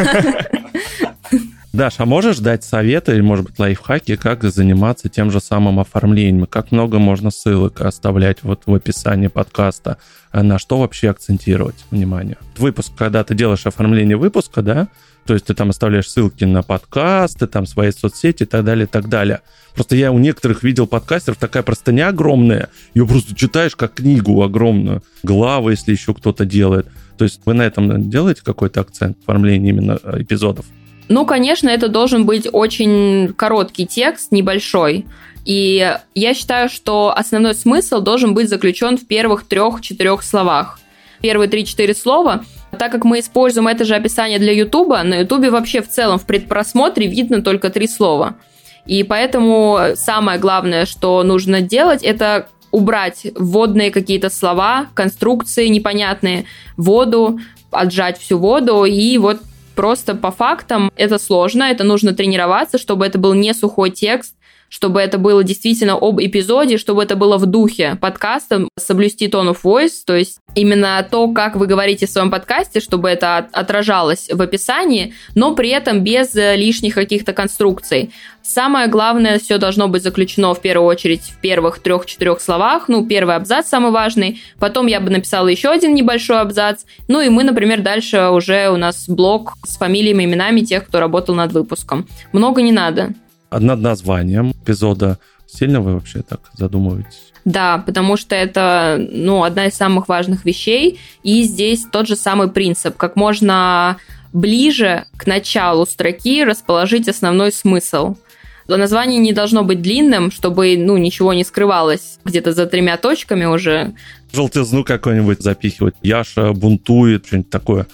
Даш, а можешь дать советы или, может быть, лайфхаки, как заниматься тем же самым оформлением? Как много можно ссылок оставлять вот в описании подкаста? На что вообще акцентировать внимание? Выпуск, когда ты делаешь оформление выпуска, да, то есть ты там оставляешь ссылки на подкасты, там свои соцсети и так далее, и так далее. Просто я у некоторых видел подкастеров, такая простыня огромная, ее просто читаешь как книгу огромную, главы, если еще кто-то делает. То есть вы на этом делаете какой-то акцент в оформлении именно эпизодов? Ну, конечно, это должен быть очень короткий текст, небольшой. И я считаю, что основной смысл должен быть заключен в первых трех-четырех словах. Первые три-четыре слова. Так как мы используем это же описание для Ютуба, на Ютубе вообще в целом в предпросмотре видно только три слова. И поэтому самое главное, что нужно делать, это убрать вводные какие-то слова, конструкции непонятные, воду, отжать всю воду, и вот просто по фактам это сложно, это нужно тренироваться, чтобы это был не сухой текст, чтобы это было действительно об эпизоде, чтобы это было в духе подкаста, соблюсти tone of voice, то есть именно то, как вы говорите в своем подкасте, чтобы это отражалось в описании, но при этом без лишних каких-то конструкций. Самое главное, все должно быть заключено в первую очередь в первых трех-четырех словах. Ну, первый абзац самый важный, потом я бы написала еще один небольшой абзац, ну и мы, например, дальше уже у нас блог с фамилиями, именами тех, кто работал над выпуском. Много не надо. Над названием эпизода сильно вы вообще так задумываетесь? Да, потому что это, ну, одна из самых важных вещей, и здесь тот же самый принцип, как можно ближе к началу строки расположить основной смысл. Название не должно быть длинным, чтобы, ну, ничего не скрывалось где-то за тремя точками уже. Желтизну какой-нибудь запихивать. Яша бунтует, что-нибудь такое.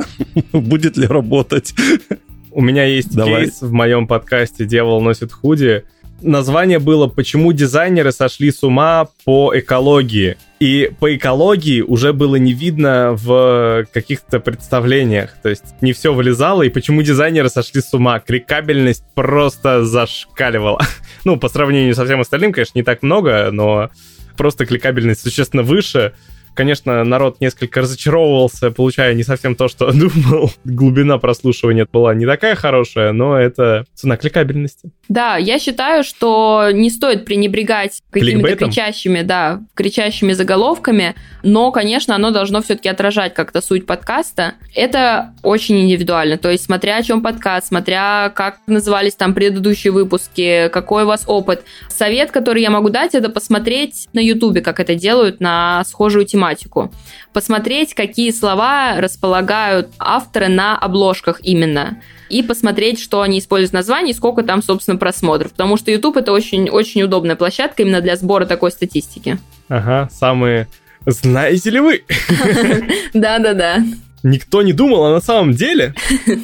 Будет ли работать? У меня есть Давай. кейс в моем подкасте «Дьявол носит худи». Название было «Почему дизайнеры сошли с ума по экологии». И по экологии уже было не видно в каких-то представлениях. То есть не все вылезало, и почему дизайнеры сошли с ума. Кликабельность просто зашкаливала. Ну, по сравнению со всем остальным, конечно, не так много, но просто кликабельность существенно выше. Конечно, народ несколько разочаровывался, получая не совсем то, что думал. Глубина прослушивания была не такая хорошая, но это цена кликабельности. Да, я считаю, что не стоит пренебрегать какими-то Кликбейтом? кричащими, да, кричащими заголовками, но, конечно, оно должно все-таки отражать как-то суть подкаста. Это очень индивидуально, то есть смотря о чем подкаст, смотря как назывались там предыдущие выпуски, какой у вас опыт. Совет, который я могу дать, это посмотреть на Ютубе, как это делают на схожую тематику. Посмотреть, какие слова располагают авторы на обложках именно. И посмотреть, что они используют в названии, сколько там, собственно, просмотров. Потому что YouTube — это очень-очень удобная площадка именно для сбора такой статистики. Ага, самые... Знаете ли вы? Да-да-да. Никто не думал, а на самом деле...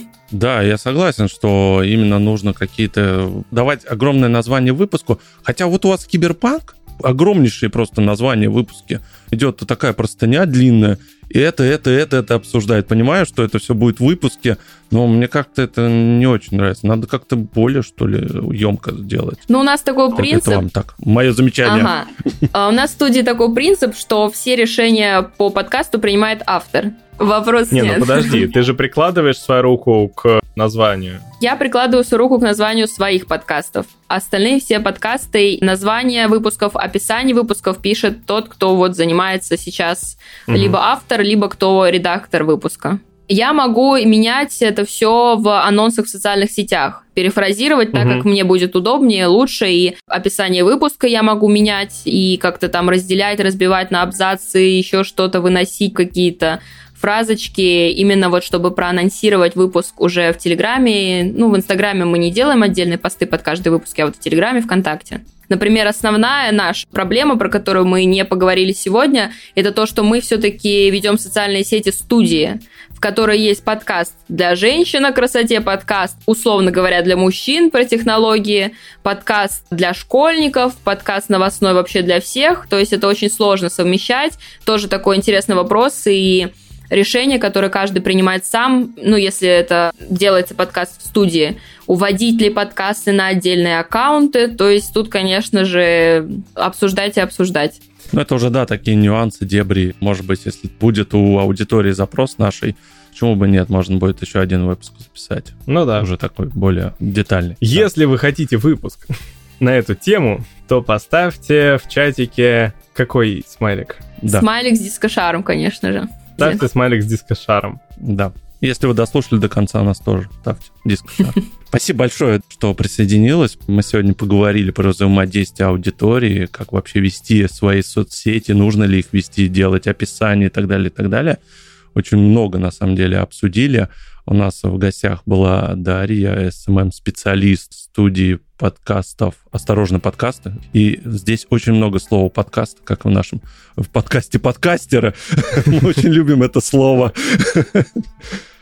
Да, я согласен, что именно нужно какие-то... давать огромное название выпуску. Хотя вот у вас Киберпанк, огромнейшие просто названия выпуски. Идет такая простыня длинная, и это, это, это, это обсуждает. Понимаю, что это все будет в выпуске, но мне как-то это не очень нравится. Надо как-то более, что ли, емко сделать. Ну, у нас такой принцип... Это вам так, мое замечание. Ага. А у нас в студии такой принцип, что все решения по подкасту принимает автор. Вопрос не, нет. ну подожди, ты же прикладываешь свою руку к названию. Я прикладываю свою руку к названию своих подкастов. Остальные все подкасты, названия выпусков, описание выпусков пишет тот, кто вот занимается сейчас угу. либо автор, либо кто редактор выпуска. Я могу менять это все в анонсах в социальных сетях, перефразировать так, угу. как мне будет удобнее, лучше, и описание выпуска я могу менять, и как-то там разделять, разбивать на абзацы, еще что-то выносить, какие-то фразочки, именно вот чтобы проанонсировать выпуск уже в Телеграме. Ну, в Инстаграме мы не делаем отдельные посты под каждый выпуск, а вот в Телеграме, ВКонтакте. Например, основная наша проблема, про которую мы не поговорили сегодня, это то, что мы все-таки ведем социальные сети студии, в которой есть подкаст для женщин о красоте, подкаст, условно говоря, для мужчин про технологии, подкаст для школьников, подкаст новостной вообще для всех. То есть это очень сложно совмещать. Тоже такой интересный вопрос, и решение, которое каждый принимает сам, ну, если это делается подкаст в студии, уводить ли подкасты на отдельные аккаунты, то есть тут, конечно же, обсуждать и обсуждать. Ну, это уже, да, такие нюансы, дебри. Может быть, если будет у аудитории запрос нашей, почему бы нет, можно будет еще один выпуск записать. Ну да. Уже такой более детальный. Если да. вы хотите выпуск на эту тему, то поставьте в чатике какой смайлик? Да. Смайлик с дискошаром, конечно же. Ставьте смайлик с дискошаром. Да. Если вы дослушали до конца, нас тоже ставьте дискошар. Спасибо большое, что присоединилась. Мы сегодня поговорили про взаимодействие аудитории, как вообще вести свои соцсети, нужно ли их вести, делать описание и так далее, и так далее. Очень много, на самом деле, обсудили. У нас в гостях была Дарья, эс эм эм-специалист студии подкастов «Осторожно, подкасты». И здесь очень много слова «подкаст», как в нашем в подкасте «Подкастеры». Мы очень любим это слово.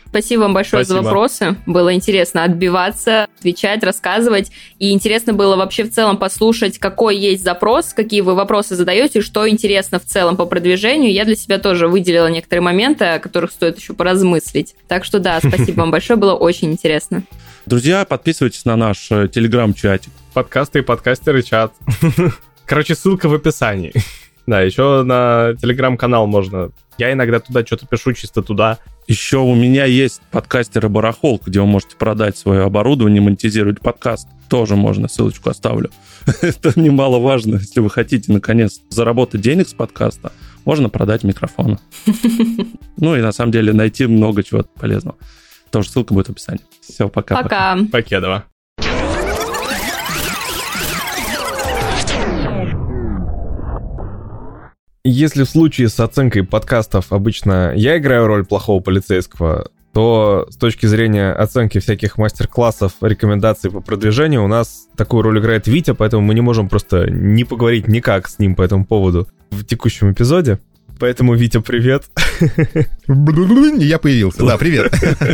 Спасибо вам большое Спасибо. за вопросы. Было интересно отбиваться, отвечать, рассказывать. И интересно было вообще в целом послушать, какой есть запрос, какие вы вопросы задаете, что интересно в целом по продвижению. Я для себя тоже выделила некоторые моменты, о которых стоит еще поразмыслить. Так что да, спасибо вам большое, было очень интересно. Друзья, подписывайтесь на наш телеграм-чатик. Подкасты и подкастеры чат. Короче, ссылка в описании. Да, еще на телеграм-канал можно. Я иногда туда что-то пишу, чисто туда. Еще у меня есть подкастеры Барахол, где вы можете продать свое оборудование, монетизировать подкаст. Тоже можно, ссылочку оставлю. Это немаловажно, если вы хотите, наконец, заработать денег с подкаста, можно продать микрофон. Ну и на самом деле найти много чего полезного. Тоже ссылка будет в описании. Все, пока. Пока. Покедова. Если в случае с оценкой подкастов обычно я играю роль плохого полицейского, то с точки зрения оценки всяких мастер-классов, рекомендаций по продвижению у нас такую роль играет Витя, поэтому мы не можем просто не поговорить никак с ним по этому поводу в текущем эпизоде. Поэтому, Витя, привет. Я появился, да, привет.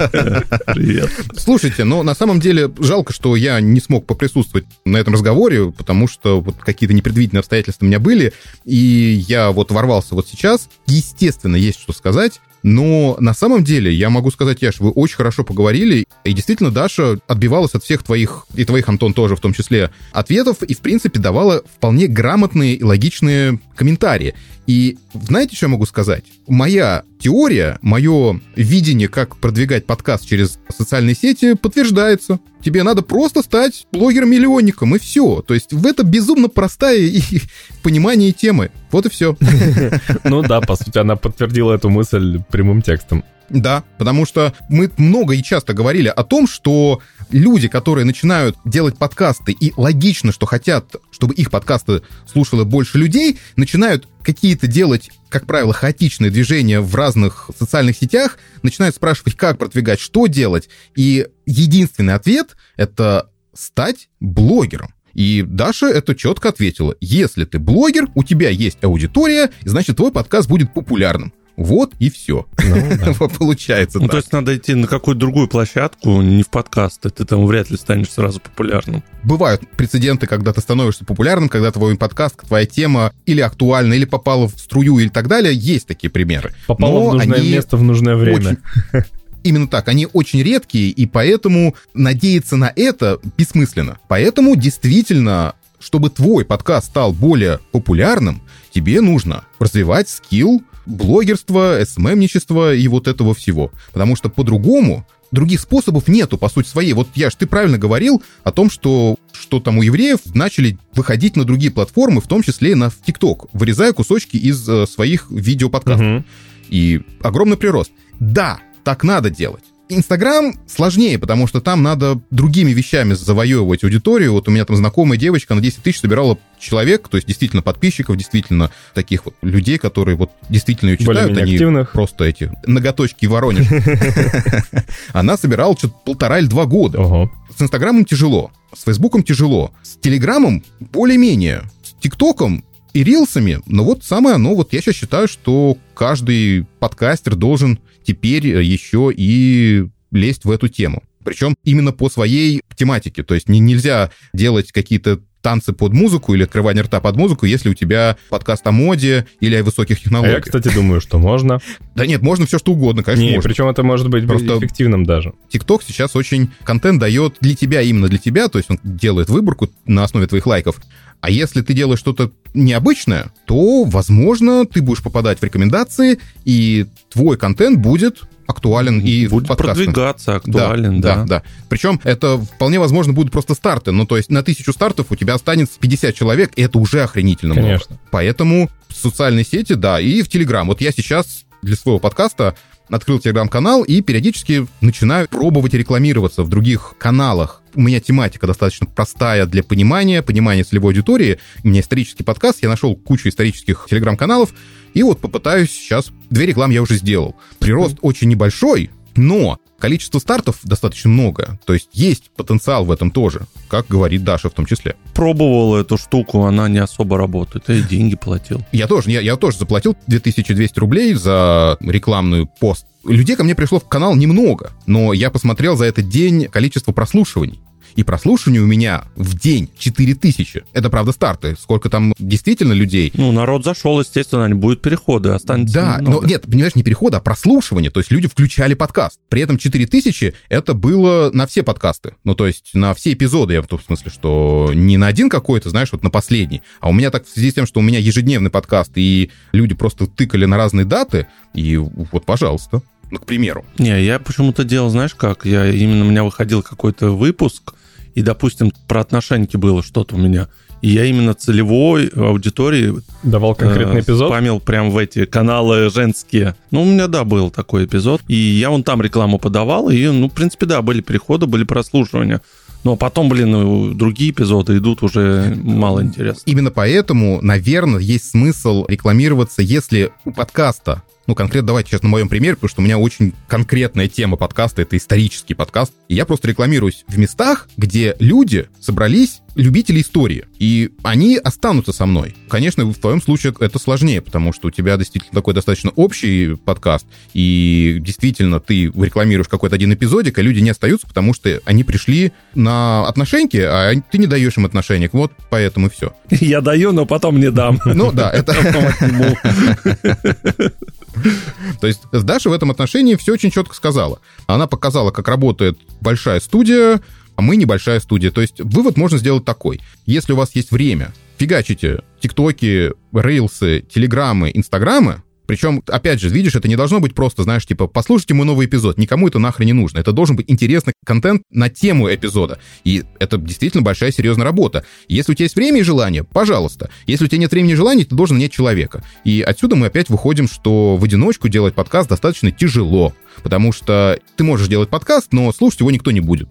Привет. Слушайте, но на самом деле жалко, что я не смог поприсутствовать на этом разговоре, потому что вот какие-то непредвиденные обстоятельства у меня были, и я вот ворвался вот сейчас. Естественно, есть что сказать, но на самом деле я могу сказать, Яш, вы очень хорошо поговорили, и действительно Даша отбивалась от всех твоих, и твоих, Антон, тоже в том числе, ответов, и, в принципе, давала вполне грамотные и логичные комментарии. И знаете, что я могу сказать? Моя теория, мое видение, как продвигать подкаст через социальные сети, подтверждается. Тебе надо просто стать блогером-миллионником, и все. То есть в это безумно простая и понимание темы. Вот и все. Ну да, по сути, она подтвердила эту мысль прямым текстом. Да, потому что мы много и часто говорили о том, что люди, которые начинают делать подкасты, и логично, что хотят, чтобы их подкасты слушало больше людей, начинают какие-то делать, как правило, хаотичные движения в разных социальных сетях, начинают спрашивать, как продвигать, что делать. И единственный ответ — это стать блогером. И Даша это четко ответила. Если ты блогер, у тебя есть аудитория, значит, твой подкаст будет популярным. Вот и все. Ну, да. Получается ну, так. То есть надо идти на какую-то другую площадку, не в подкасты, ты там вряд ли станешь сразу популярным. Бывают прецеденты, когда ты становишься популярным, когда твой подкаст, твоя тема или актуальна, или попала в струю, или так далее. Есть такие примеры. Попала в нужное место в нужное время. Очень... Именно так. Они очень редкие, и поэтому надеяться на это бессмысленно. Поэтому действительно, чтобы твой подкаст стал более популярным, тебе нужно развивать скилл блогерства, эс эм эм-ничества и вот этого всего. Потому что по-другому других способов нету, по сути своей. Вот, Яш, ты правильно говорил о том, что, что там у евреев начали выходить на другие платформы, в том числе и на ТикТок, вырезая кусочки из э, своих видеоподкастов. Угу. И огромный прирост. Да, так надо делать. Инстаграм сложнее, потому что там надо другими вещами завоевывать аудиторию. Вот у меня там знакомая девочка на десять тысяч собирала человек, то есть действительно подписчиков, действительно таких вот людей, которые вот действительно ее читают, они активных. Просто эти ноготочки Воронеж. Она собирала что-то полтора или два года. С Инстаграмом тяжело, с Фейсбуком тяжело, с Телеграмом более-менее, с ТикТоком и рилсами, но вот самое оно, вот я сейчас считаю, что каждый подкастер должен теперь еще и лезть в эту тему. Причем именно по своей тематике. То есть не, нельзя делать какие-то танцы под музыку или открывание рта под музыку, если у тебя подкаст о моде или о высоких технологиях. А я, кстати, думаю, что можно. Да нет, можно все что угодно, конечно, не, можно. Причем это может быть просто эффективным даже. ТикТок сейчас очень контент дает для тебя, именно для тебя, то есть он делает выборку на основе твоих лайков. А если ты делаешь что-то необычное, то, возможно, ты будешь попадать в рекомендации, и твой контент будет актуален и будет продвигаться, актуален, да, да. Да, да. Причем это вполне возможно будут просто старты. Ну, то есть на тысячу стартов у тебя останется пятьдесят человек, и это уже охренительно много. Конечно. Поэтому в социальные сети, да, и в Телеграм. Вот я сейчас для своего подкаста открыл Телеграм-канал и периодически начинаю пробовать рекламироваться в других каналах. У меня тематика достаточно простая для понимания, понимания целевой аудитории. У меня исторический подкаст, я нашел кучу исторических Телеграм-каналов, и вот попытаюсь сейчас... Две рекламы я уже сделал. Прирост очень небольшой, но количество стартов достаточно много. То есть есть потенциал в этом тоже, как говорит Даша в том числе. Пробовал эту штуку, она не особо работает. Я и деньги платил. Я тоже, я, я тоже заплатил две тысячи двести рублей за рекламную пост. Людей ко мне пришло в канал немного, но я посмотрел за этот день количество прослушиваний. И прослушиваний у меня в день четыре тысячи. Это, правда, старты. Сколько там действительно людей? Ну, народ зашел, естественно, не будет переходы, останется Да, немного. но нет, понимаешь, не перехода, а прослушивание. То есть люди включали подкаст. При этом четыре тысячи это было на все подкасты. Ну, то есть на все эпизоды, я в том смысле, что не на один какой-то, знаешь, вот на последний. А у меня так в связи с тем, что у меня ежедневный подкаст, и люди просто тыкали на разные даты, и вот, пожалуйста. Ну, к примеру. Не, я почему-то делал, знаешь как, я именно у меня выходил какой-то выпуск, и, допустим, про отношеньки было что-то у меня, и я именно целевой аудитории давал конкретный э, эпизод? спамил прям в эти каналы женские. Ну, у меня, да, был такой эпизод, и я вон там рекламу подавал, и, ну, в принципе, да, были переходы, были прослушивания. Но потом, блин, другие эпизоды идут уже мало интересно. Именно поэтому, наверное, есть смысл рекламироваться, если у подкаста, ну, конкретно давайте сейчас на моем примере, потому что у меня очень конкретная тема подкаста, это исторический подкаст, и я просто рекламируюсь в местах, где люди собрались, любители истории, и они останутся со мной. Конечно, в твоем случае это сложнее, потому что у тебя действительно такой достаточно общий подкаст, и действительно ты рекламируешь какой-то один эпизодик, а люди не остаются, потому что они пришли на отношеньки, а ты не даешь им отношенек. Вот поэтому и все. Я даю, но потом не дам. Ну да, это... То есть Даша в этом отношении все очень четко сказала. Она показала, как работает большая студия, а мы небольшая студия. То есть вывод можно сделать такой. Если у вас есть время, фигачите тиктоки, рейлсы, телеграммы, инстаграмы, причем, опять же, видишь, это не должно быть просто, знаешь, типа, послушайте мой новый эпизод, никому это нахрен не нужно. Это должен быть интересный контент на тему эпизода. И это действительно большая серьезная работа. Если у тебя есть время и желание, пожалуйста. Если у тебя нет времени и желания, ты должен нанять человека. И отсюда мы опять выходим, что в одиночку делать подкаст достаточно тяжело. Потому что ты можешь делать подкаст, но слушать его никто не будет.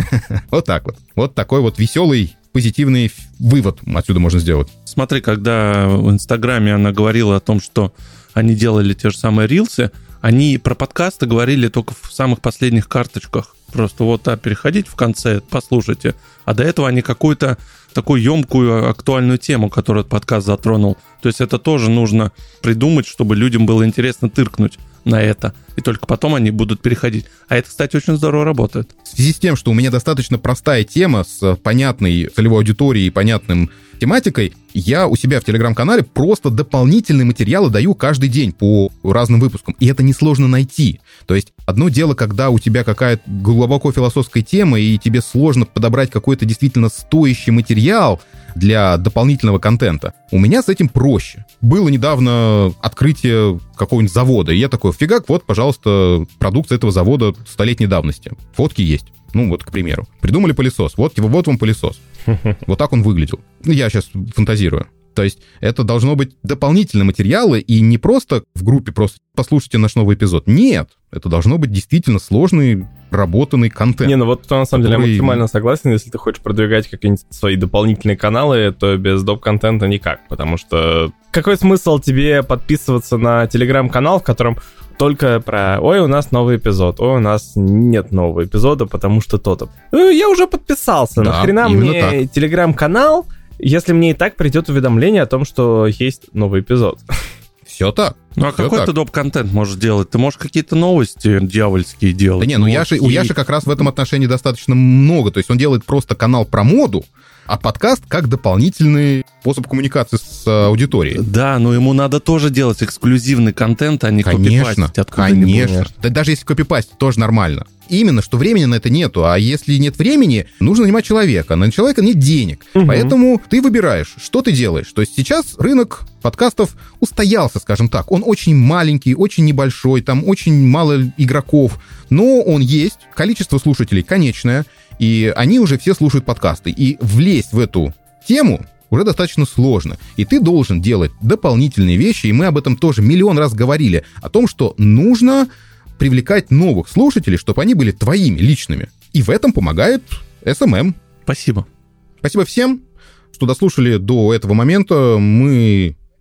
Вот так вот. Вот такой вот веселый, позитивный вывод отсюда можно сделать. Смотри, когда в Инстаграме она говорила о том, что они делали те же самые рилсы, они про подкасты говорили только в самых последних карточках. Просто вот, а, переходите в конце, послушайте. А до этого они какую-то такую емкую, актуальную тему, которую этот подкаст затронул. То есть это тоже нужно придумать, чтобы людям было интересно тыркнуть на это. И только потом они будут переходить. А это, кстати, очень здорово работает. В связи с тем, что у меня достаточно простая тема с понятной целевой аудиторией и понятным тематикой, я у себя в Телеграм-канале просто дополнительные материалы даю каждый день по разным выпускам. И это несложно найти. То есть одно дело, когда у тебя какая-то глубоко философская тема, и тебе сложно подобрать какой-то действительно стоящий материал для дополнительного контента. У меня с этим проще. Было недавно открытие какого-нибудь завода, и я такой, фигак, вот, пожалуйста, продукция этого завода столетней давности. Фотки есть. Ну, вот, к примеру. Придумали пылесос. Вот, вот вам пылесос. Вот так он выглядел. Я сейчас фантазирую. То есть это должно быть дополнительные материалы, и не просто в группе просто послушайте наш новый эпизод. Нет, это должно быть действительно сложный, работанный контент. Не, ну вот то, на самом который... деле я максимально согласен. Если ты хочешь продвигать какие-нибудь свои дополнительные каналы, то без доп-контента никак. Потому что какой смысл тебе подписываться на телеграм-канал, в котором только про «Ой, у нас новый эпизод», «Ой, у нас нет нового эпизода, потому что то-то». Ну, я уже подписался. Да, нахрена мне так. телеграм-канал, если мне и так придет уведомление о том, что есть новый эпизод? Все так. Ну, а Всё какой так. ты доп-контент можешь делать? Ты можешь какие-то новости дьявольские делать. Да не, ну Вот. Яши, у И- Яши как раз в этом отношении достаточно много. То есть он делает просто канал про моду, а подкаст как дополнительный способ коммуникации с аудиторией. Да, но ему надо тоже делать эксклюзивный контент, а не Конечно, копипастить откуда-нибудь. конечно. Да даже если копипасть, тоже нормально. Именно, что времени на это нету, а если нет времени, нужно нанимать человека. На человека нет денег. Мгм. Поэтому ты выбираешь, что ты делаешь. То есть сейчас рынок подкастов устоялся, скажем так. Он очень маленький, очень небольшой, там очень мало игроков, но он есть, количество слушателей конечное, и они уже все слушают подкасты. И влезть в эту тему уже достаточно сложно. И ты должен делать дополнительные вещи, и мы об этом тоже миллион раз говорили, о том, что нужно привлекать новых слушателей, чтобы они были твоими, личными. И в этом помогает эс эм эм. Спасибо. Спасибо всем, что дослушали до этого момента. Мы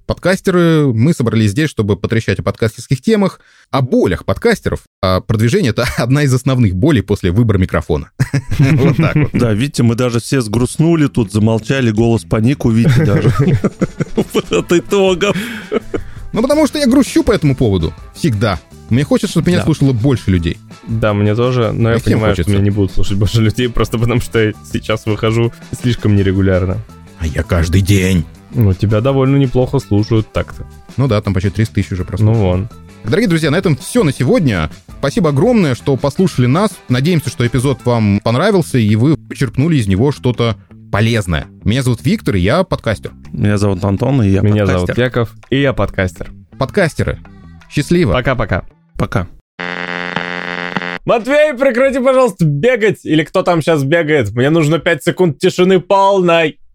подкастеры, мы собрались здесь, чтобы потрещать о подкастерских темах, о болях подкастеров. А продвижение — это одна из основных болей после выбора микрофона. Вот так вот. Да, видите, мы даже все сгрустнули тут, замолчали, голос панику, видите, даже от итогов. Ну, потому что я грущу по этому поводу. Всегда. Мне хочется, чтобы меня слушало больше людей. Да, мне тоже, но я понимаю, что меня не будут слушать больше людей, просто потому что я сейчас выхожу слишком нерегулярно. А я каждый день. Ну, тебя довольно неплохо слушают так-то. Ну да, там почти триста тысяч уже просто. Ну вон. Дорогие друзья, на этом все на сегодня. Спасибо огромное, что послушали нас. Надеемся, что эпизод вам понравился, и вы почерпнули из него что-то полезное. Меня зовут Виктор, и я подкастер. Меня зовут Антон, и я Меня подкастер. зовут Яков, и я подкастер. Подкастеры. Счастливо. Пока-пока. Пока. Матвей, прекрати, пожалуйста, бегать! Или кто там сейчас бегает? Мне нужно пять секунд тишины полной.